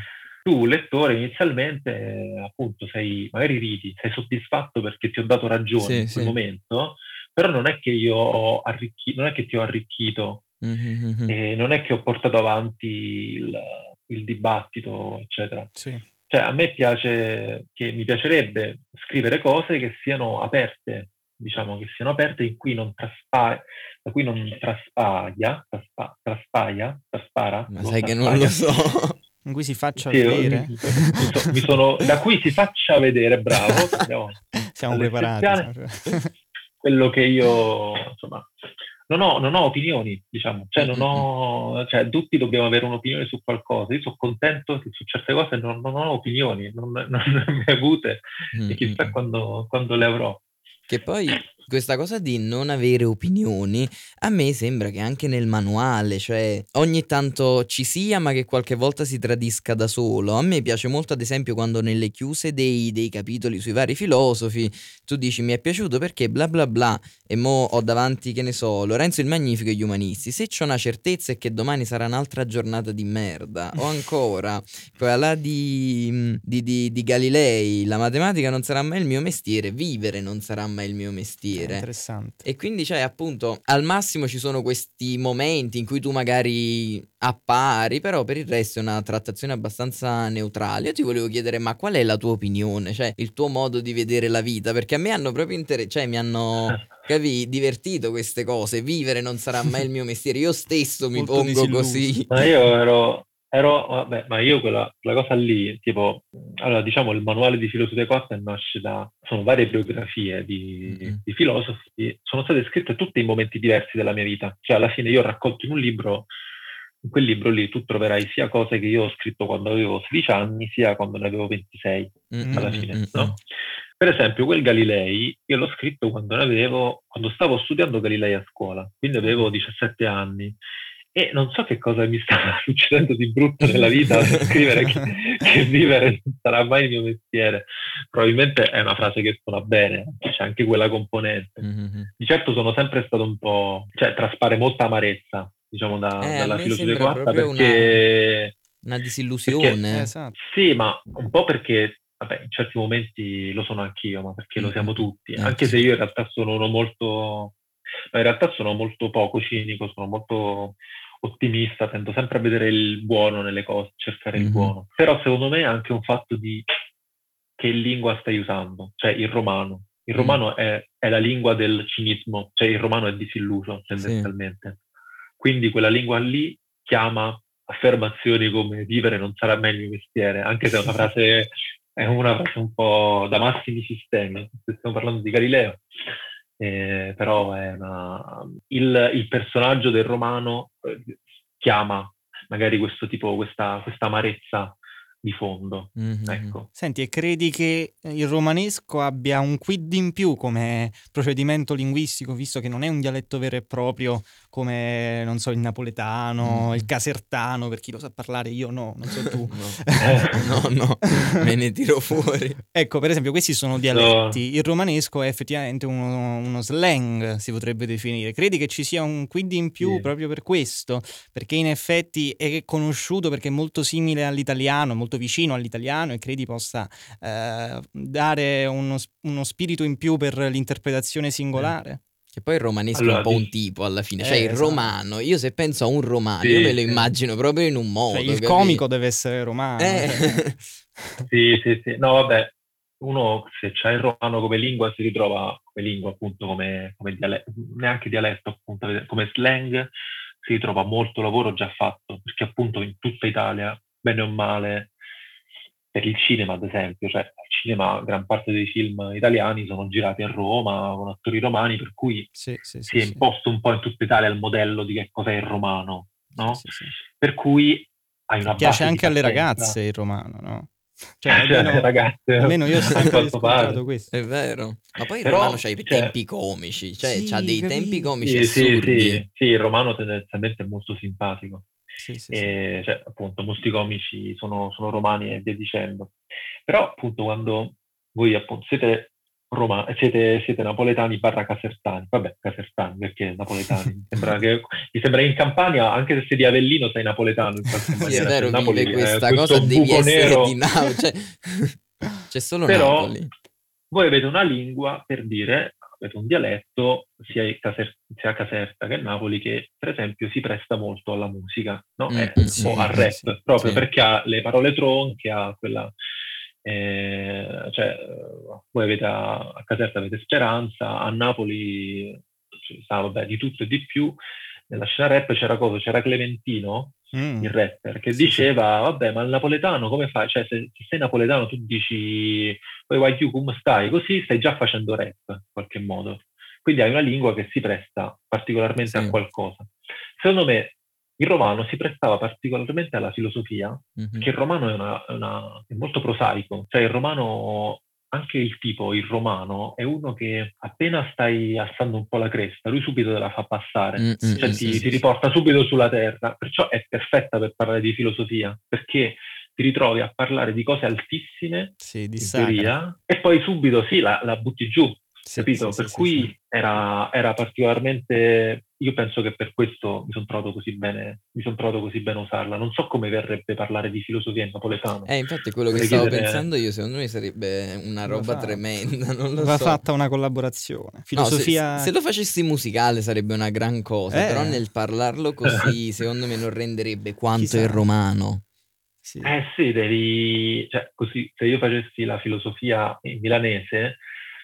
tu, lettore, inizialmente eh, appunto sei, magari ridi, sei soddisfatto perché ti ho dato ragione Sì, in quel sì. momento, però non è che io ho arricchito, non è che ti ho arricchito, Mhm. e non è che ho portato avanti il, il dibattito, eccetera. Sì. Cioè, a me piace, che mi piacerebbe scrivere cose che siano aperte, diciamo, che siano aperte in cui non traspa- da cui non traspaia, traspa- traspaia, traspara, Ma o sai che non lo traspaia. so. In cui si faccia Sì, mi, vedere. mi so- mi sono, da cui si faccia vedere, bravo, andiamo Siamo alle preparati. speziali, siamo preparati. quello che io, insomma, non ho, non ho opinioni, diciamo, cioè non Mm-mm. ho, cioè tutti dobbiamo avere un'opinione su qualcosa. Io sono contento che su certe cose non, non ho opinioni, non, non ne ho avute e chissà Mm-mm. quando, quando le avrò. Che poi questa cosa di non avere opinioni, a me sembra che anche nel manuale, cioè ogni tanto ci sia, ma che qualche volta si tradisca da solo. A me piace molto, ad esempio, quando nelle chiuse dei, dei capitoli sui vari filosofi tu dici mi è piaciuto perché bla bla bla, e mo ho davanti, che ne so, Lorenzo il Magnifico e gli umanisti. Se c'ho una certezza è che domani sarà un'altra giornata di merda, o ancora quella là di, di, di, di Galilei, la matematica non sarà mai il mio mestiere, vivere non sarà mai il mio È mestiere. interessante. E quindi, cioè, appunto, al massimo ci sono questi momenti in cui tu magari appari, però per il resto è una trattazione abbastanza neutrale. Io ti volevo chiedere, ma qual è la tua opinione, cioè il tuo modo di vedere la vita? Perché a me hanno proprio inter- cioè mi hanno, capi, divertito queste cose. Vivere non sarà mai il mio mestiere. Io stesso mi Molto pongo disilluso. così. Ma io ero, ero vabbè, ma io quella, quella cosa lì, tipo, allora diciamo il manuale di filosofia quattro nasce da, sono varie biografie di, Mm-mm. di filosofi, sono state scritte tutte in momenti diversi della mia vita, cioè alla fine io ho raccolto in un libro, in quel libro lì tu troverai sia cose che io ho scritto quando avevo sedici anni, sia quando ne avevo ventisei, alla fine, Mm-mm-mm-mm. no? Per esempio, quel Galilei, io l'ho scritto quando ne avevo, quando stavo studiando Galilei a scuola, quindi avevo Ah. diciassette anni. E non so che cosa mi stava succedendo di brutto nella vita per scrivere che, che vivere non sarà mai il mio mestiere. Probabilmente è una frase che suona bene, c'è anche quella componente. Mm-mm. Di certo sono sempre stato un po', cioè traspare molta amarezza, diciamo, da- Eh, a dalla me filosofia sembra quarta proprio una, perché, una perché Eh, disillusione. esatto. sì, ma un po' perché, vabbè, in certi momenti lo sono anch'io, ma perché lo siamo Mm-mm. tutti, Eh, anche se sì. io in realtà sono uno molto, ma in realtà sono molto poco cinico, sono molto ottimista, tendo sempre a vedere il buono nelle cose, cercare il Mhm. buono. Però secondo me è anche un fatto di che lingua stai usando, cioè il romano. Il Mm. romano è, è la lingua del cinismo, cioè il romano è disilluso Sì. tendenzialmente. Quindi quella lingua lì chiama affermazioni come vivere non sarà mai il mio mestiere, anche se è una frase, è una frase un po' da massimi sistemi, stiamo parlando di Galileo, eh, però è una, il, il personaggio del romano eh, chiama magari questo tipo, questa, questa amarezza di fondo. Mhm. Ecco. Senti, e credi che il romanesco abbia un quid in più come procedimento linguistico, visto che non è un dialetto vero e proprio come, non so, il napoletano, il Mm. casertano, per chi lo sa parlare, io no, non so tu. No, no, no, me ne tiro fuori. Ecco, per esempio, questi sono No, dialetti. Il romanesco è effettivamente uno, uno slang, si potrebbe definire. Credi che ci sia un quid in più sì. proprio per questo? Perché in effetti è conosciuto perché è molto simile all'italiano, molto vicino all'italiano e credi possa eh, dare uno, uno spirito in più per l'interpretazione Eh. singolare? Che poi il romanesco è un Allora, po' un dic- tipo alla fine, cioè Eh, il esatto. romano, io se penso a un romano, io me sì, lo sì. immagino proprio in un Cioè, modo, il capi? comico deve essere romano. Eh. Cioè... Sì, sì, sì. No, vabbè, uno se c'è il romano come lingua si ritrova come lingua, appunto, come, come dialetto, neanche dialetto, appunto, come slang, si ritrova molto lavoro già fatto, perché appunto in tutta Italia, bene o male, per il cinema, ad esempio, cioè al cinema gran parte dei film italiani sono girati a Roma con attori romani, per cui Sì, sì, si sì, è sì. imposto un po' in tutta Italia il modello di che cos'è il romano, Sì, no? sì, sì. Per cui hai Che una piace base di anche alle partenza. ragazze il romano, no? Cioè, Cioè, le almeno, ragazze, almeno io ho a sempre quanto riscontrato pare. questo. È vero. Ma poi il romano Però, c'ha i cioè, tempi comici, cioè c'ha Sì, dei tempi capì? comici sì, sì, assurdi. sì, sì, il romano tendenzialmente è molto simpatico. Sì, sì, sì. E, cioè, appunto, molti comici sono, sono romani e via dicendo. Però, appunto, quando voi appunto, siete Roma, siete, siete napoletani barra casertani. Vabbè, casertani, perché napoletani? Mi sembra che mi sembra in Campania, anche se sei di Avellino, sei napoletano in qualche Sì, è maniera. Cioè, vero, vive Napoli è questa cosa, questo devi buco essere di nero. Napoli, cioè, c'è solo Però Napoli. voi avete una lingua per dire, avete un dialetto sia, a Caser- sia a Caserta che a Napoli che per esempio si presta molto alla musica, no? Mm, Eh, mm, o mm, Sì, al mm, sì, rap, sì. proprio sì. perché ha le parole tronche, ha quella... eh, cioè, eh, voi avete a, a Caserta avete Speranza, a Napoli ci sta, vabbè, di tutto e di più. Nella scena rap c'era cosa? C'era Clementino, Mm, il rapper, che sì, sì. diceva, vabbè, ma il napoletano come fai? Cioè, se, se sei napoletano tu dici, poi vai giù, come stai? Così stai già facendo rap, in qualche modo. Quindi hai una lingua che si presta particolarmente a Sì. qualcosa. Secondo me il romano si prestava particolarmente alla filosofia, Mhm. che il romano è, una, è una- è molto prosaico. Cioè il romano, anche il tipo, il romano, è uno che appena stai alzando un po' la cresta, lui subito te la fa passare. Mm, mm, Sì, Cioè mm, sì, ti, mm. sì, ti sì. riporta subito sulla terra, perciò è perfetta per parlare di filosofia, perché ti ritrovi a parlare di cose altissime, Sì, in dissacra. teoria, e poi subito sì, la, la butti giù, Sì, sì, capito? sì, Per sì, sì. cui era, era particolarmente... Io penso che per questo mi sono trovato così bene, mi sono trovato così bene a usarla. Non so come verrebbe parlare di filosofia in napoletano. Eh, infatti quello che Dovrei stavo chiedere... pensando io, secondo me sarebbe una Va roba fatto. tremenda, non lo Va so. fatta una collaborazione. No, se, Filosofia... se lo facessi musicale sarebbe una gran cosa, però Eh, nel parlarlo così, secondo me non renderebbe quanto il chissà. romano. Sì. Eh sì, devi... Cioè, così, se io facessi la filosofia in milanese,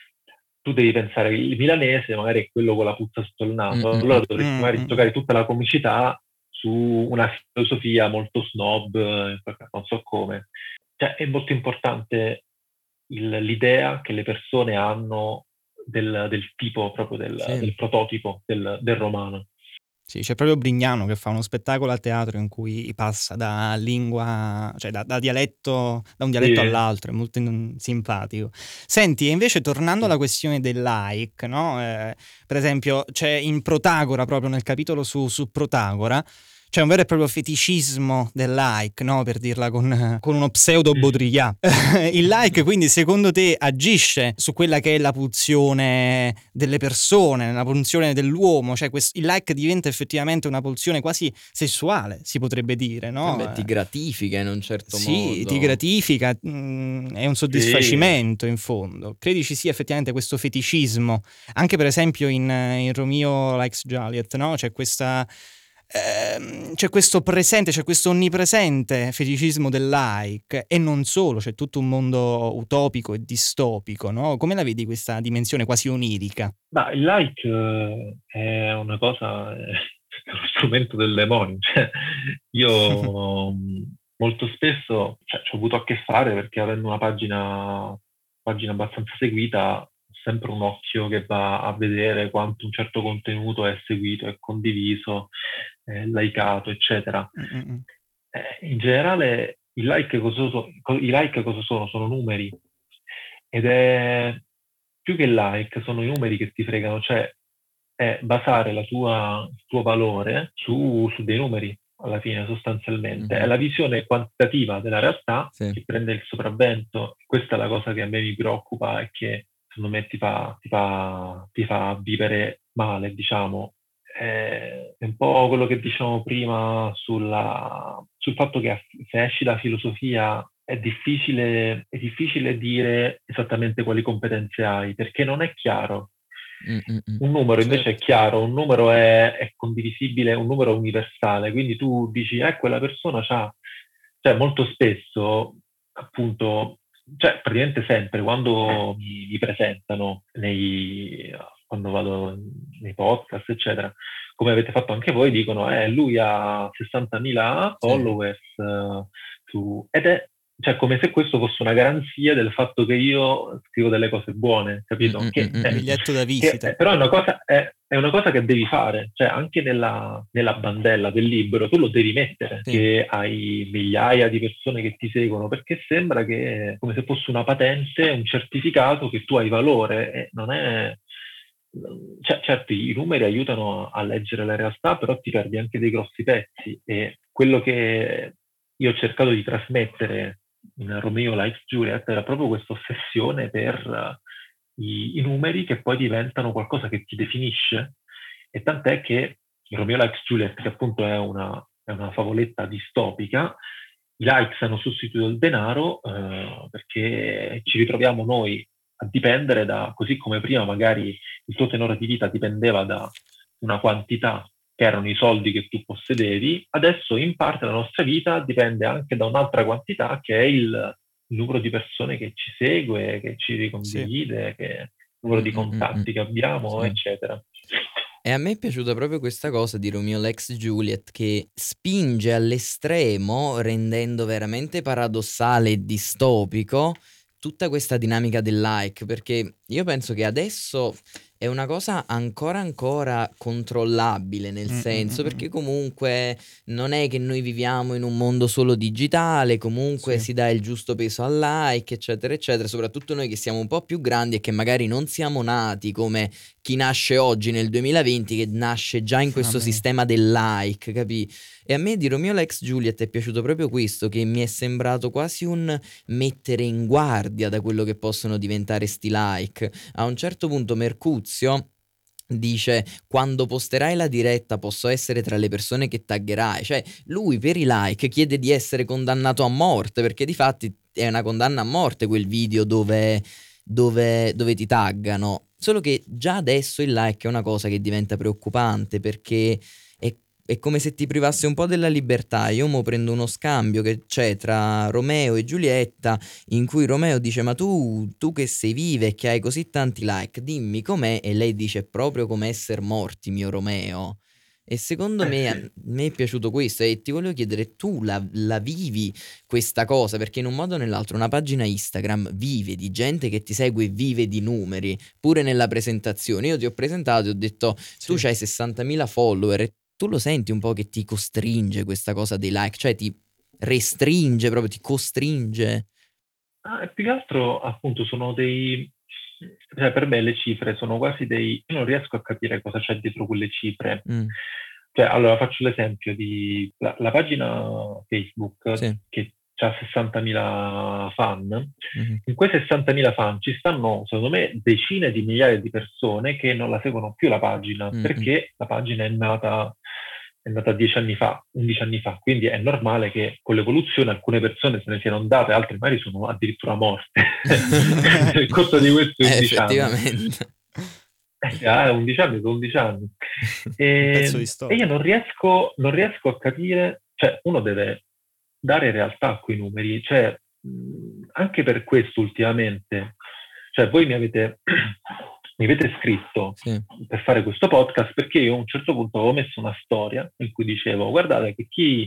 tu devi pensare che il milanese magari è quello con la puzza sotto il Mm, naso, mm, allora mm. dovresti Mm, magari mm, mm. giocare tutta la comicità su una filosofia molto snob, eh, non so come. Cioè, è molto importante il- l'idea che le persone hanno del, del tipo, proprio del, Sì. del prototipo del, del romano. Sì, c'è proprio Brignano che fa uno spettacolo a teatro in cui passa da lingua, cioè da, da dialetto, da un dialetto Sì, all'altro, è molto in- simpatico. Senti, e invece tornando sì. alla questione del like, no? Eh, per esempio, c'è in Protagora, proprio nel capitolo su, su Protagora, c'è un vero e proprio feticismo del like, no? Per dirla con, con uno pseudo Mm. Baudrillard. Il like quindi secondo te agisce su quella che è la pulsione delle persone, la pulsione dell'uomo, cioè quest- il like diventa effettivamente una pulsione quasi sessuale, si potrebbe dire, no? Vabbè, ti Eh, gratifica in un certo sì, ti modo. gratifica, mm, è un Sì. soddisfacimento in fondo. Credi ci sia effettivamente questo feticismo? Anche per esempio in, in Romeo Likes Juliet, no? C'è questa... ehm, c'è questo presente, c'è questo onnipresente feticismo del like e non solo, c'è tutto un mondo utopico e distopico, no? Come la vedi questa dimensione quasi onirica? Ma il like eh, è una cosa, è uno strumento del demonio. Cioè, io mh, molto spesso cioè, ci ho avuto a che fare perché avendo una pagina, pagina abbastanza seguita, ho sempre un occhio che va a vedere quanto un certo contenuto è seguito, è condiviso, è likeato, eccetera. Mm, mm, mm. Eh, in generale, i like cosa so- co- i like cosa sono? Sono numeri. Ed è più che like, sono i numeri che ti fregano, cioè è basare la tua- il tuo valore su, su dei numeri, alla fine, sostanzialmente. È Mhm. la visione quantitativa della realtà Sì. che prende il sopravvento. Questa è la cosa che a me mi preoccupa e che secondo me ti fa, ti fa, ti fa vivere male, diciamo. È un po' quello che dicevamo prima sulla- sul fatto che se esci da filosofia è difficile, è difficile dire esattamente quali competenze hai, perché non è chiaro. Mm, mm, mm. Un numero invece è Certo. chiaro, un numero è, è condivisibile, un numero è universale, quindi tu dici, eh, quella persona c'ha, cioè molto spesso, appunto, cioè praticamente sempre quando mi, mi presentano nei, quando vado nei podcast, eccetera, come avete fatto anche voi, dicono, eh, lui ha sessantamila Sì. followers eh, su... ed è cioè come se questo fosse una garanzia del fatto che io scrivo delle cose buone, Mm, capito? mm, Che, mm, mm, Un eh, mm. biglietto da che, visita. eh, però è una cosa, è, è una cosa che devi fare, cioè anche nella, nella bandella del libro tu lo devi mettere, Sì. che hai migliaia di persone che ti seguono, perché sembra che è come se fosse una patente, un certificato che tu hai valore, e non è... Cioè, certo, i numeri aiutano a leggere la realtà, però ti perdi anche dei grossi pezzi e quello che io ho cercato di trasmettere in Romeo Likes Juliet era proprio questa ossessione per, i, i numeri che poi diventano qualcosa che ti definisce, e tant'è che Romeo Likes Juliet, che appunto è una, è una favoletta distopica, i likes hanno sostituito il denaro eh, perché ci ritroviamo noi a dipendere da, così come prima magari il tuo tenore di vita dipendeva da una quantità che erano i soldi che tu possedevi, adesso in parte la nostra vita dipende anche da un'altra quantità che è il numero di persone che ci segue, che ci ricondivide, sì. Che il numero di contatti mm-hmm. che abbiamo, sì. eccetera. E a me è piaciuta proprio questa cosa di Romeo Likes Juliet, che spinge all'estremo, rendendo veramente paradossale e distopico tutta questa dinamica del like, perché io penso che adesso è una cosa ancora ancora controllabile, nel senso, perché comunque non è che noi viviamo in un mondo solo digitale, comunque sì. si dà il giusto peso al like, eccetera, eccetera, soprattutto noi che siamo un po' più grandi e che magari non siamo nati come chi nasce oggi nel duemilaventi, che nasce già in questo sistema del like, capì? E a me di Romeo Likes Juliet è piaciuto proprio questo, che mi è sembrato quasi un mettere in guardia da quello che possono diventare sti like. A un certo punto Mercuzio dice: quando posterai la diretta posso essere tra le persone che taggerai. Cioè lui per i like chiede di essere condannato a morte, perché di fatti è una condanna a morte quel video dove, dove, dove ti taggano. Solo che già adesso il like è una cosa che diventa preoccupante, perché è è come se ti privasse un po' della libertà. Io mo prendo uno scambio che c'è tra Romeo e Giulietta, in cui Romeo dice: ma tu, tu che sei viva e che hai così tanti like, dimmi com'è, e lei dice: proprio come essere morti, mio Romeo. E secondo me a me è piaciuto questo, e ti volevo chiedere, tu la, la vivi questa cosa? Perché in un modo o nell'altro una pagina Instagram vive di gente che ti segue, vive di numeri, pure nella presentazione. Io ti ho presentato e ho detto: sì. Tu c'hai sessantamila follower, e tu lo senti un po' che ti costringe questa cosa dei like? Cioè ti restringe, proprio ti costringe? Ah, più che altro appunto sono dei... Cioè, per me le cifre sono quasi dei... Io non riesco a capire cosa c'è dietro quelle cifre. Mm. Cioè, allora faccio l'esempio di la, la pagina Facebook, sì. che ha sessantamila fan. Mm-hmm. In quei sessantamila fan ci stanno, secondo me, decine di migliaia di persone che non la seguono più la pagina, mm-hmm. perché la pagina è nata... è nata dieci anni fa, undici anni fa, quindi è normale che con l'evoluzione alcune persone se ne siano andate, altre magari sono addirittura morte nel corso di questi undici eh, effettivamente. anni. Eh, ah, undici anni sono undici anni. E, e io non riesco, non riesco a capire, cioè uno deve dare realtà a quei numeri, cioè mh, anche per questo ultimamente, cioè voi mi avete... mi avete scritto sì. per fare questo podcast perché io a un certo punto avevo messo una storia in cui dicevo: guardate che chi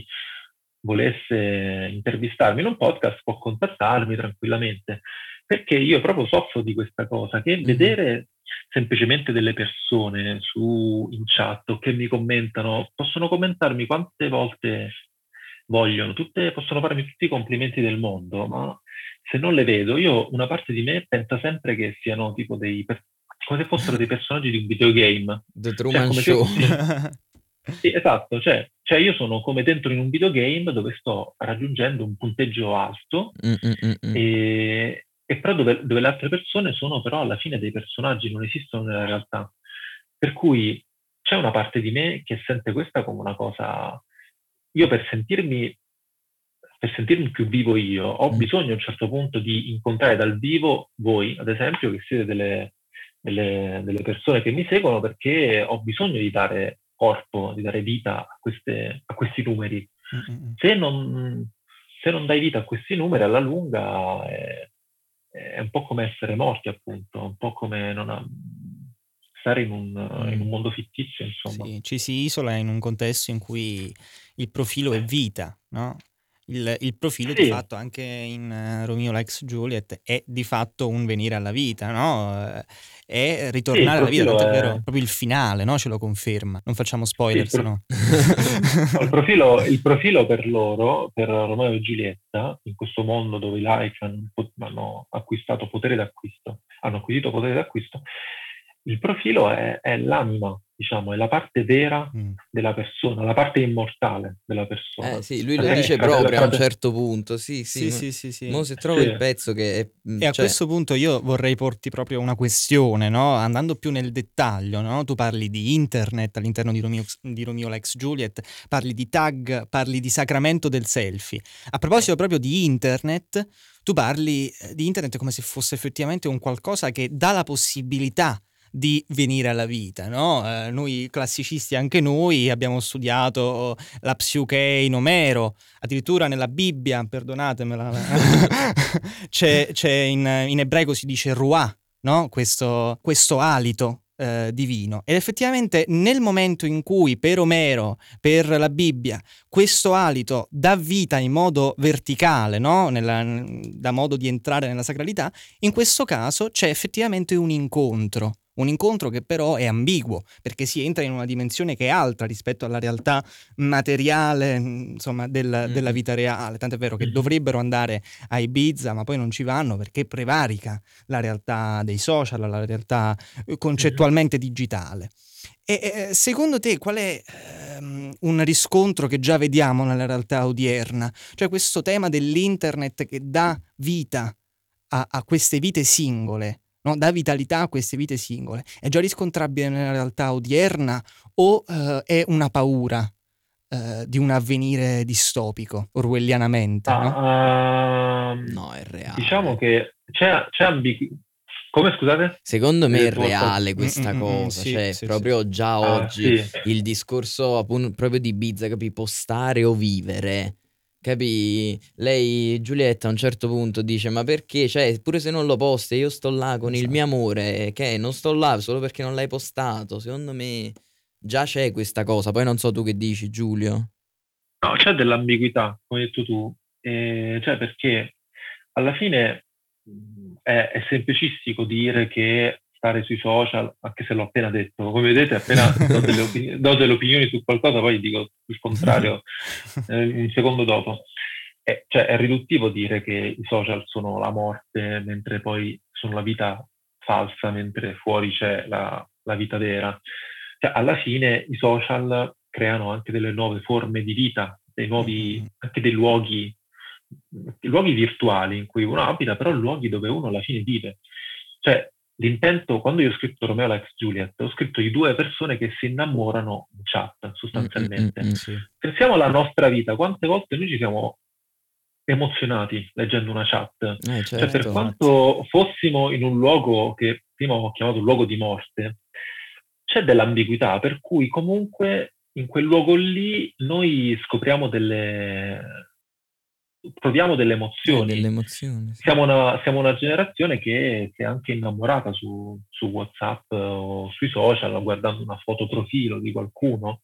volesse intervistarmi in un podcast può contattarmi tranquillamente, perché io proprio soffro di questa cosa, che mm-hmm. vedere semplicemente delle persone su in chat o che mi commentano, possono commentarmi quante volte vogliono, tutte, possono farmi tutti i complimenti del mondo, ma se non le vedo, io una parte di me pensa sempre che siano tipo dei per- come se fossero dei personaggi di un videogame. The Truman cioè, Show. Se... sì, esatto, cioè, cioè io sono come dentro in un videogame dove sto raggiungendo un punteggio alto e, e però dove, dove le altre persone sono però alla fine dei personaggi, non esistono nella realtà. Per cui c'è una parte di me che sente questa come una cosa... Io per sentirmi per sentirmi più vivo io ho mm. bisogno a un certo punto di incontrare dal vivo voi, ad esempio, che siete delle Delle, delle persone che mi seguono, perché ho bisogno di dare corpo, di dare vita a, queste, a questi numeri. Mm-hmm. Se non, se non dai vita a questi numeri, alla lunga è, è un po' come essere morti, appunto, un po' come non ha, stare in un, mm. in un mondo fittizio, insomma. Sì, ci si isola in un contesto in cui il profilo è vita, no? Il, il profilo sì. di fatto anche in uh, Romeo Likes Juliet è di fatto un venire alla vita, no? È ritornare sì, alla vita, tanto è vero, proprio il finale, no? Ce lo conferma. Non facciamo spoiler, sì, sennò. il, profilo, il profilo per loro, per Romeo e Giulietta, in questo mondo dove i like hanno, hanno acquistato potere d'acquisto, hanno acquisito potere d'acquisto, il profilo è, è l'anima, diciamo, è la parte vera Mm. della persona, la parte immortale della persona. Eh sì, lui lo Fratelli- dice fratello- proprio a un frate- certo punto, sì, sì, Sì, mo, sì, sì, sì. mo se trovo Sì. il pezzo che è, mm, E a cioè, questo punto io vorrei porti proprio una questione, no? Andando più nel dettaglio, no? Tu parli di internet all'interno di Romeo, di Romeo X Juliet, parli di tag, parli di sacramento del selfie. A proposito proprio di internet, tu parli eh, di internet come se fosse effettivamente un qualcosa che dà la possibilità di venire alla vita, no? Eh, noi classicisti, anche noi, abbiamo studiato la psiche in Omero, addirittura nella Bibbia, perdonatemela, c'è, c'è in, in ebraico si dice ruah, no? Questo, questo alito eh, divino. Ed effettivamente nel momento in cui per Omero, per la Bibbia, questo alito dà vita in modo verticale, no? Nella, da modo di entrare nella sacralità, in questo caso c'è effettivamente un incontro. Un incontro che però è ambiguo, perché si entra in una dimensione che è altra rispetto alla realtà materiale, insomma, del, della mm, vita reale. Tant'è vero che Mhm. dovrebbero andare a Ibiza, ma poi non ci vanno perché prevarica la realtà dei social, la realtà eh, concettualmente digitale. E eh, secondo te qual è ehm, un riscontro che già vediamo nella realtà odierna? Cioè questo tema dell'internet che dà vita a, a queste vite singole, no? Dà vitalità a queste vite singole. È già riscontrabile nella realtà odierna o eh, è una paura eh, di un avvenire distopico, orwellianamente, no? Ah, ehm, no, è diciamo reale. che c'è, c'è ambiguità. Come, scusate? Secondo Hai me è detto qualcosa? reale Mm, mm, questa mm, mm, cosa, sì, cioè sì, sì, sì. proprio già Ah, oggi sì. il discorso appunto proprio di Ibiza, capi? Postare o vivere, capi? Lei, Giulietta, a un certo punto dice, ma perché? Cioè, pure se non lo posti, io sto là con il Esatto. mio amore, che non sto là solo perché non l'hai postato, secondo me già c'è questa cosa, poi non so tu che dici, Giulio. No, c'è dell'ambiguità, come hai detto tu, eh, cioè perché alla fine mh, è, è semplicistico dire che stare sui social, anche se l'ho appena detto, come vedete appena do delle, opini- do delle opinioni su qualcosa, poi dico il contrario eh, un secondo dopo. È, cioè, è riduttivo dire che i social sono la morte, mentre poi sono la vita falsa, mentre fuori c'è la, la vita vera. Cioè, alla fine i social creano anche delle nuove forme di vita, dei Mm, nuovi, mm, anche dei luoghi, luoghi virtuali in cui uno abita, però luoghi dove uno alla fine vive. Cioè, l'intento, quando io ho scritto Romeo X Juliet, ho scritto di due persone che si innamorano in chat, Mm, mm, mm, sostanzialmente. mm. sì. Pensiamo alla nostra vita, quante volte noi ci siamo emozionati leggendo una chat. Eh Cioè, Eh, per certo. infatti. quanto fossimo in un luogo che prima ho chiamato luogo di morte, c'è dell'ambiguità, per cui comunque in quel luogo lì noi scopriamo delle, proviamo delle Eh, delle emozioni. emozioni, sì. Siamo una, siamo una generazione che si è anche innamorata su, su WhatsApp o sui social guardando una foto profilo di qualcuno.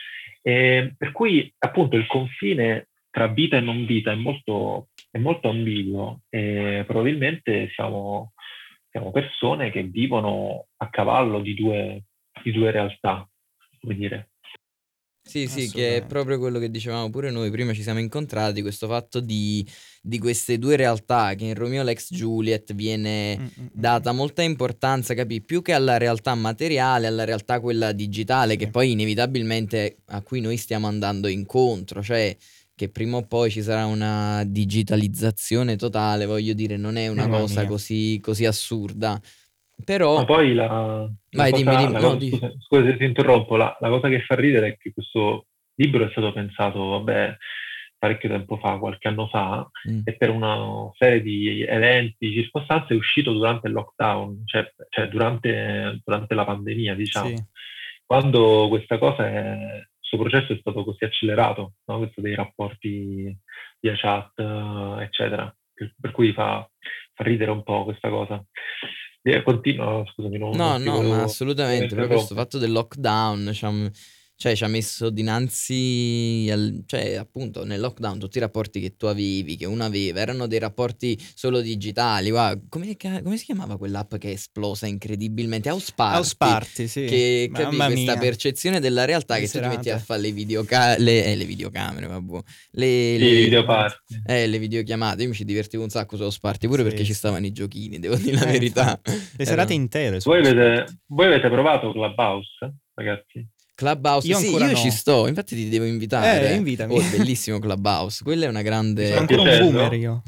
E per cui appunto il confine tra vita e non vita è molto, è molto ambiguo e probabilmente siamo, siamo persone che vivono a cavallo di due, di due realtà, come dire. Sì, sì, che è Assolutamente. proprio quello che dicevamo pure noi, prima ci siamo incontrati, questo fatto di, di queste due realtà che in Romeo Lex Juliet viene Mm, mm, mm, mm. data molta importanza, capì? Più che alla realtà materiale, alla realtà quella digitale, che Sì. poi inevitabilmente a cui noi stiamo andando incontro, cioè che prima o poi ci sarà una digitalizzazione totale, voglio dire, non è una Mamma cosa mia. così, così assurda. Ma Però, poi la, la vai, dimmi, cosa, dimmi, la no, cosa- di... scusa, scusa se ti interrompo, la, la cosa che fa ridere è che questo libro è stato pensato, vabbè, parecchio tempo fa, qualche anno fa, Mm. e per una serie di eventi, circostanze è uscito durante il lockdown, cioè, cioè durante, durante la pandemia, Sì. diciamo. Quando questa cosa è, questo processo è stato così accelerato, no? Questo dei rapporti via chat, eh, eccetera. Per, per cui fa, fa ridere un po' questa cosa. Eh, continua, scusami, non, No, non ti no, ma volevo, volevo assolutamente, proprio questo interrompere. fatto del lockdown, diciamo, Cioè ci ha messo dinanzi, al, cioè appunto nel lockdown tutti i rapporti che tu avevi, che uno aveva, erano dei rapporti solo digitali. Guarda, come, ca- come si chiamava quell'app che è esplosa incredibilmente? House House Party, Party, sì. che capì Mamma questa mia. percezione della realtà Le che tu ti metti a serate. fare le, videoca- le, eh, le videocamere, vabbè, le, Sì, le, videoparty. eh, le videochiamate. Io mi ci divertivo un sacco su House Party, pure perché Sì, ci sì. stavano i giochini, devo dire la Eh, verità. infatti. Le serate Erano... intere su Voi House avete, Party. voi avete provato Clubhouse, ragazzi? Clubhouse, Io sì, ancora io ci no. sto, infatti ti devo Eh, invitare. invitami. Oh, è bellissimo Clubhouse, quella è una Ti Sono sta grande... ancora un boomer piacendo? io.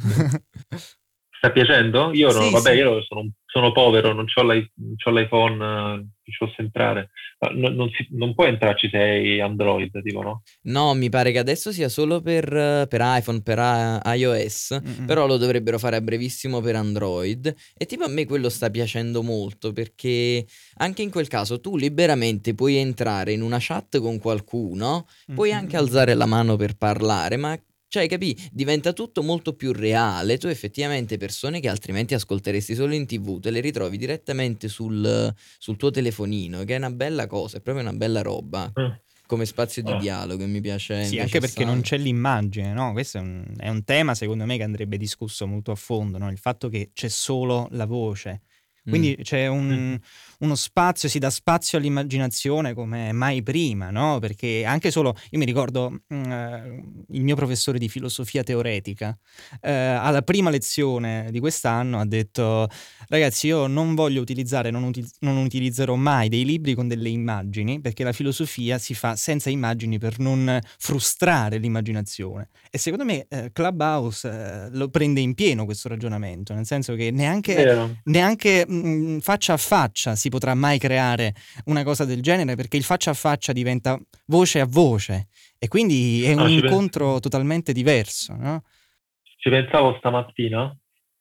Sta piacendo? Io no, Sì, vabbè, sì. io sono, sono povero, non ho l'iPhone, eh, non ci posso entrare. Ma non, non si- non puoi entrarci se hai Android, tipo, no? No, mi pare che adesso sia solo per, eh, per iPhone, per i- iOS, Mm-mm. però lo dovrebbero fare a brevissimo per Android. E tipo a me quello sta piacendo molto perché anche in quel caso tu liberamente puoi entrare in una chat con qualcuno, puoi anche Mm-mm. alzare la mano per parlare, ma cioè, capì? Diventa tutto molto più reale. Tu effettivamente persone che altrimenti ascolteresti solo in T V, te le ritrovi direttamente sul, sul tuo telefonino, che è una bella cosa, è proprio una bella roba. Eh. Come spazio di Ah. dialogo, e mi piace, mi Sì, piace anche perché non assai. c'è l'immagine, no? Questo è un, è un tema, secondo me, che andrebbe discusso molto a fondo, no? Il fatto che c'è solo la voce. Mm. Quindi c'è un- uno spazio, si dà spazio all'immaginazione come mai prima, no? Perché anche solo, io mi ricordo mm, eh, il mio professore di filosofia teoretica, eh, alla prima lezione di quest'anno ha detto: ragazzi, io non voglio utilizzare, non, uti- non utilizzerò mai dei libri con delle immagini, perché la filosofia si fa senza immagini per non frustrare l'immaginazione. E secondo me eh, Clubhouse eh, lo prende in pieno questo ragionamento, nel senso che neanche, Vero. neanche mh, faccia a faccia si potrà mai creare una cosa del genere, perché il faccia a faccia diventa voce a voce, e quindi è un No, ci, pens- incontro totalmente diverso, no? ci pensavo stamattina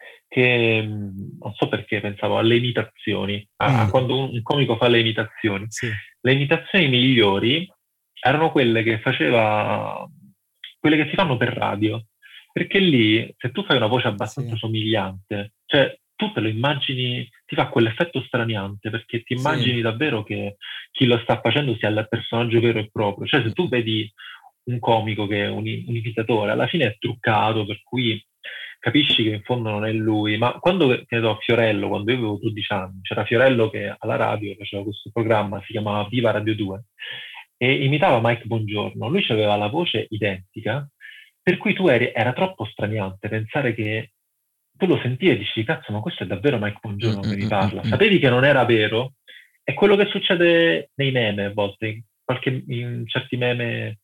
che, mh, non so perché, pensavo alle imitazioni, a, a Mm, quando un, un comico fa le imitazioni. sì, Le imitazioni migliori erano quelle che faceva, quelle che si fanno per radio, perché lì, se tu fai una voce abbastanza sì, somigliante, cioè tu te lo immagini, ti fa quell'effetto straniante, perché ti Sì. immagini davvero che chi lo sta facendo sia il personaggio vero e proprio. Cioè, se tu vedi un comico che è un, un imitatore, alla fine è truccato, per cui capisci che in fondo non è lui. Ma quando, che ne so, Fiorello, quando io avevo dodici anni, c'era Fiorello che alla radio faceva questo programma, si chiamava Viva Radio due, e imitava Mike Bongiorno. Lui aveva la voce identica, per cui tu eri, era troppo straniante pensare che tu lo sentivi e dici, cazzo, ma questo è davvero Mike Mm, Bongiorno che mm, mi mm, mm, parla. mm. Sapevi che non era vero? È quello che succede nei meme a volte, in, qualche, in certi meme,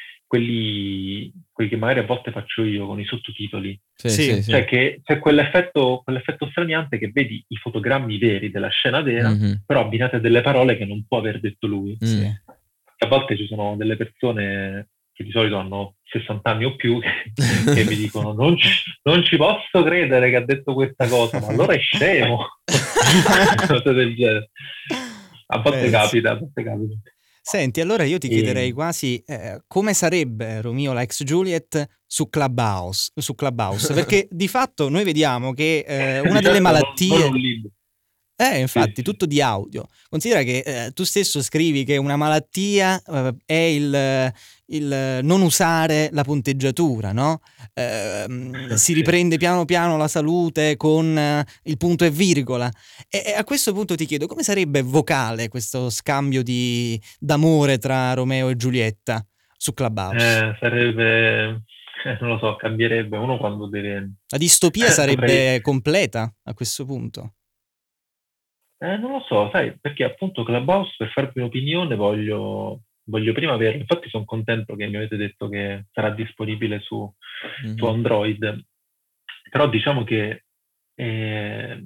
quelli, quelli che magari a volte faccio io con i sottotitoli. Sì, sì, sì, sì. Cioè che c'è quell'effetto, quell'effetto straniante che vedi i fotogrammi veri della scena vera, Mhm, però abbinate a delle parole che non può aver detto lui. mm. sì. A volte ci sono delle persone che di solito hanno sessanta anni o più che, che mi dicono non ci, non ci posso credere che ha detto questa cosa, ma allora è scemo. Cose del genere. A volte Penso. capita, a volte capita. Senti, allora io ti chiederei E, quasi eh, come sarebbe Romeo la ex Juliet su Clubhouse, su Clubhouse, perché di fatto noi vediamo che eh, una di delle certo non, non un malattie. libro. Eh, Sì, infatti, sì. tutto di audio. Considera che eh, tu stesso scrivi che una malattia eh, è il, il non usare la punteggiatura, no? Eh, si Sì. riprende piano piano la salute con eh, il punto e virgola. E, e a questo punto ti chiedo, come sarebbe vocale questo scambio di, d'amore tra Romeo e Giulietta su Clubhouse? Eh, sarebbe, eh, non lo so, cambierebbe uno quando deve... La distopia Potrei... sarebbe completa a questo punto. Eh, non lo so, sai, perché appunto Clubhouse, per farmi un'opinione, voglio, voglio prima averlo. Infatti sono contento che mi avete detto che sarà disponibile su, su Mhm. Android. Però diciamo che eh,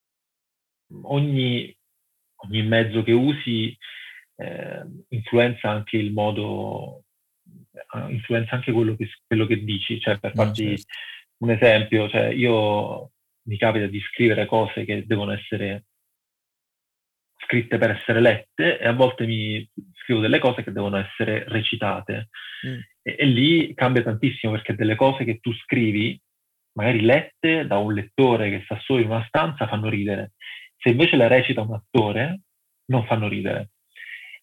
ogni, ogni mezzo che usi eh, influenza anche il modo, eh, influenza anche quello che, quello che dici. Cioè, per Mm, farti certo. un esempio, cioè io mi capita di scrivere cose che devono essere scritte per essere lette e a volte mi scrivo delle cose che devono essere recitate. Mm. E, e lì cambia tantissimo perché delle cose che tu scrivi, magari lette da un lettore che sta solo in una stanza, fanno ridere. Se invece le recita un attore, non fanno ridere.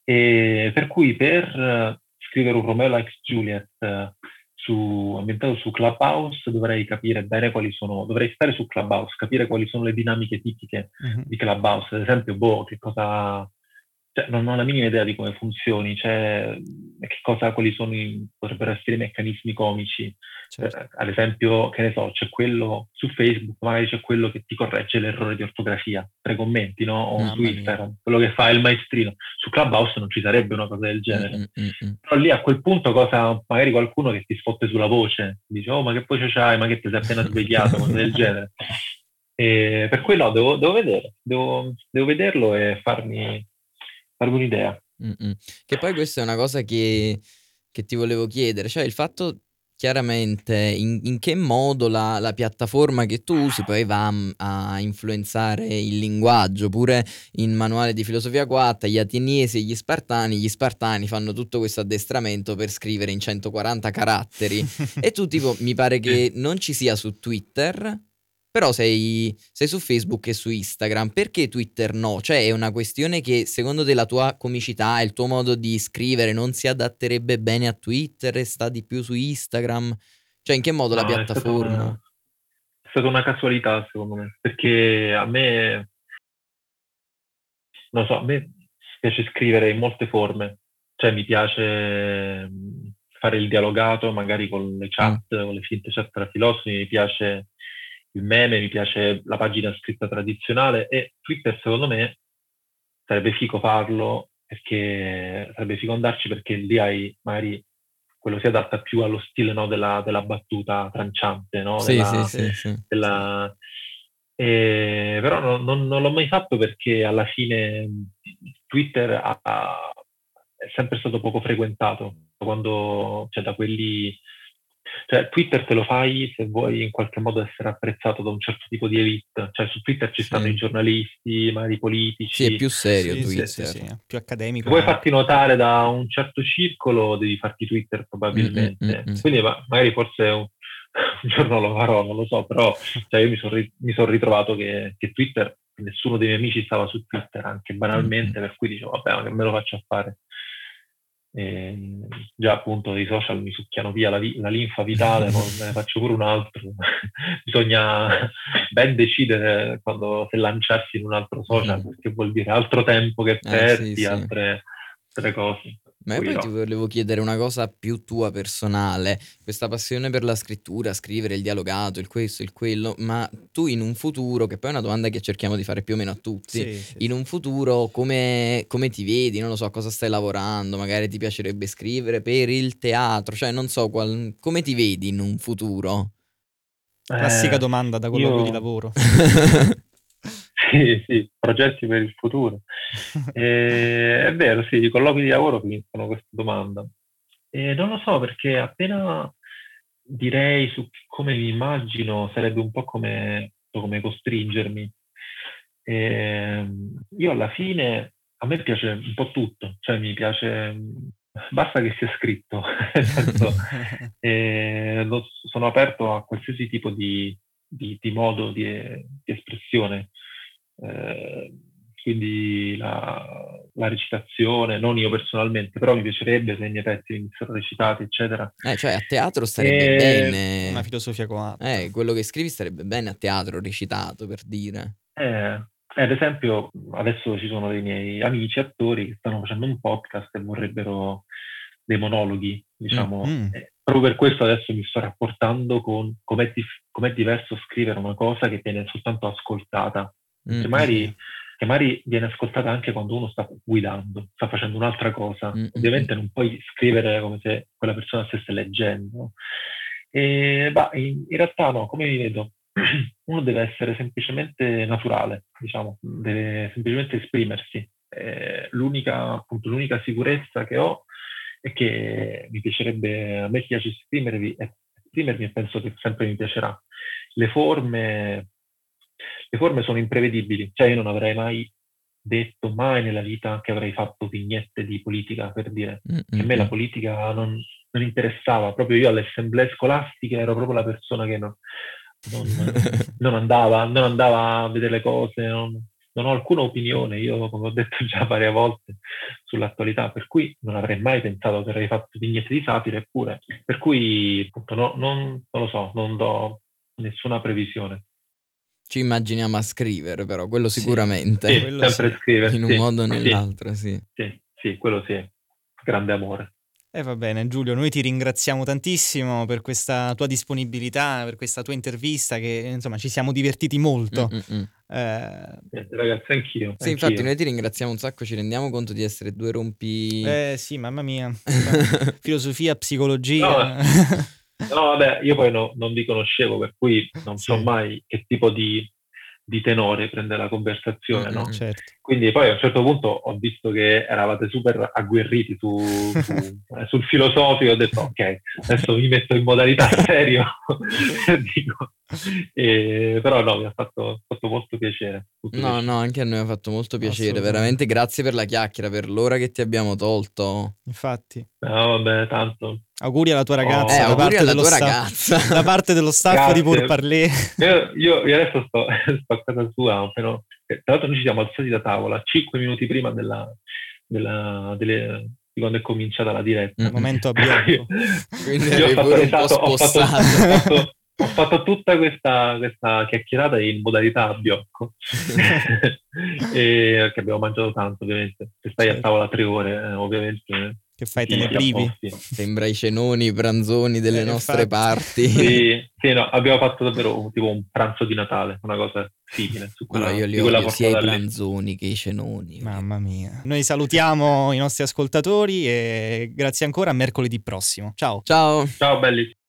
E per cui per eh, scrivere un Romeo Likes Juliet eh, su, ambientato su Clubhouse dovrei capire bene quali sono, dovrei stare su Clubhouse, capire quali sono le dinamiche tipiche Mhm. di Clubhouse, ad esempio, boh, che cosa, cioè, non ho la minima idea di come funzioni, cioè, che cosa, quali sono i, potrebbero essere i meccanismi comici. Certo. Eh, ad esempio, che ne so, c'è quello su Facebook, magari c'è quello che ti corregge l'errore di ortografia, tre commenti, no? O su Mamma mia. Instagram, quello che fa il maestrino. Su Clubhouse non ci sarebbe una cosa del genere. Mm, mm, mm. Però lì a quel punto cosa, magari qualcuno che ti sfotte sulla voce, dice, oh ma che voce c'hai, ma che ti sei appena svegliato, cose del genere. E per cui no, devo, devo vedere, devo, devo vederlo e farmi, farmi un'idea. Mm-mm. Che poi questa è una cosa che, che ti volevo chiedere, cioè il fatto chiaramente in, in che modo la, la piattaforma che tu usi poi va a, a influenzare il linguaggio, pure in manuale di filosofia quattro, gli ateniesi e gli spartani, gli spartani fanno tutto questo addestramento per scrivere in centoquaranta caratteri e tu tipo mi pare che non ci sia su Twitter. Però sei, sei su Facebook e su Instagram, perché Twitter no? Cioè è una questione che secondo te la tua comicità e il tuo modo di scrivere non si adatterebbe bene a Twitter e sta di più su Instagram? Cioè in che modo la No, è stata piattaforma? una, è stata una casualità secondo me, perché a me, non so, a me piace scrivere in molte forme, cioè mi piace mh, fare il dialogato magari con le Mm. chat, con le finte chat tra filosofi, mi piace il meme, mi piace la pagina scritta tradizionale e Twitter secondo me sarebbe figo farlo perché sarebbe figo andarci perché lì hai magari quello si adatta più allo stile no, della, della battuta tranciante, no? Sì, sì, della, sì, Sì. sì. della... E, però non, non- non l'ho mai fatto perché alla fine mh, Twitter ha- ha- è sempre stato poco frequentato, quando, cioè da quelli cioè, Twitter te lo fai se vuoi in qualche modo essere apprezzato da un certo tipo di elite. Cioè, su Twitter ci stanno i Sì. giornalisti, magari i Sì, è politici. più serio Sì, sì, sì, Twitter. sì, più Se accademico vuoi anche. farti notare da un certo circolo, devi farti Twitter Mm, mm, probabilmente. mm, mm. Quindi ma- magari forse un, un giorno lo farò, non lo so, però cioè, io mi sono ri- mi son ritrovato che, che Twitter, nessuno dei miei amici stava su Twitter, anche Mm, mm. banalmente, per cui dicevo, vabbè, ma che me lo faccio a fare? E già appunto i social mi succhiano via la, vi- la linfa vitale, poi me ne faccio pure un altro. Bisogna ben decidere quando se lanciarsi in un altro social, Mhm. perché vuol dire altro tempo che Eh sì, perdi, sì. altre, altre cose. Ma io Poi poi ti no. volevo chiedere una cosa più tua personale, questa passione per la scrittura, scrivere, il dialogato, il questo, il quello, ma tu in un futuro, che poi è una domanda che cerchiamo di fare più o meno a tutti, Sì, sì, in sì. un futuro come, come ti vedi? Non lo so, a cosa stai lavorando, magari ti piacerebbe scrivere per il teatro, cioè non so, qual- come ti vedi in un futuro? Classica Eh, domanda da colloquio di io lavoro. sì, sì, progetti per il futuro. Eh, è vero, sì, i colloqui di lavoro finiscono questa domanda. E non lo so perché appena direi su come mi immagino sarebbe un po' come, come costringermi. Ehm, io alla fine, a me piace un po' tutto, cioè mi piace, basta che sia scritto, nel senso, eh, lo- sono aperto a qualsiasi tipo di, di- di modo di, di espressione. Eh, quindi la, la recitazione, non io personalmente, però mi piacerebbe se i miei pezzi venissero recitati, eccetera. Eh, cioè a teatro starebbe E, Una bene, filosofia coatta. eh, quello che scrivi starebbe bene a teatro recitato, per dire. eh, ad esempio, adesso ci sono dei miei amici attori che stanno facendo un podcast e vorrebbero dei monologhi, Mm. diciamo. Mm. E proprio per questo adesso mi sto rapportando con com'è, dif- com'è diverso scrivere una cosa che viene soltanto ascoltata, Mm, che mm, Sì. magari, che magari viene ascoltata anche quando uno sta guidando, sta facendo un'altra cosa. mm, mm, mm. Ovviamente non puoi scrivere come se quella persona stesse leggendo. E, bah, in, in realtà no, come mi vedo? Uno deve essere semplicemente naturale, diciamo, deve semplicemente esprimersi. Eh, l'unica, appunto, l'unica sicurezza che ho è che mi piacerebbe, a me piace esprimervi, e- esprimermi e penso che sempre mi piacerà. Le forme, le forme sono imprevedibili, cioè io non avrei mai detto mai nella vita che avrei fatto vignette di politica, per dire Mm, che a mm, me la mm. politica non, non interessava, proprio io alle assemblee scolastiche ero proprio la persona che non, non, non andava, non andava a vedere le cose, non, non ho alcuna opinione, io come ho detto già varie volte sull'attualità, per cui non avrei mai pensato che avrei fatto vignette di satira, eppure, per cui appunto no, non, non lo so, non do nessuna previsione. Ci immaginiamo a scrivere, però, quello sicuramente. Sì, Quello sempre sì. scrivere. In un sì, modo o sì, nell'altro, sì. sì, sì, quello sì, grande amore. E va bene, Giulio, noi ti ringraziamo tantissimo per questa tua disponibilità, per questa tua intervista, che insomma ci siamo divertiti molto. Mm-mm. Eh, Niente, ragazzi, anch'io. Sì, anch'io. infatti noi ti ringraziamo un sacco, ci rendiamo conto di essere due rompi... eh sì, mamma mia. Filosofia, No, psicologia. no, vabbè, io poi no- non vi conoscevo, per cui non so Sì, mai che tipo di, di tenore prende la conversazione, no? Mm-mm. certo. Quindi poi a un certo punto ho visto che eravate super agguerriti su, su, eh, sul filosofico, ho detto ok, adesso mi metto in modalità serio, dico. E, però no, mi ha fatto, fatto molto piacere. Molto No, piacere. no, anche a noi ha fatto molto piacere, Assolutamente. veramente grazie per la chiacchiera, per l'ora che ti abbiamo tolto. Infatti, No, vabbè, tanto. auguri alla tua Oh. ragazza Eh, da, auguri parte alla dello tua staff, ragazza. da parte dello staff di Grazie. Pourparlers. Io, io, io adesso sto, sto a casa sua, però, tra l'altro noi ci siamo alzati da tavola cinque minuti prima della, della, delle, di quando è cominciata la diretta. Mm-mm. Momento a bianco. Quindi Io ho eri fatto, pure un po' esatto, ho fatto, ho spossato. fatto- ho fatto tutta questa, questa chiacchierata in modalità a biocco. E, perché abbiamo mangiato tanto, ovviamente. Se stai Certo. a tavola tre ore, eh, ovviamente Che fai, te ti- ne ti privi? apposti. Sembra i cenoni, i pranzoni delle Eh, nostre infatti. parti. Sì, sì, no, abbiamo fatto davvero un, tipo un pranzo di Natale, una cosa simile, su Però quella, io li di quella odio sia i portata lì. pranzoni che i cenoni. Mamma mia. Noi salutiamo i nostri ascoltatori e grazie ancora, a mercoledì prossimo. Ciao. Ciao. Ciao belli.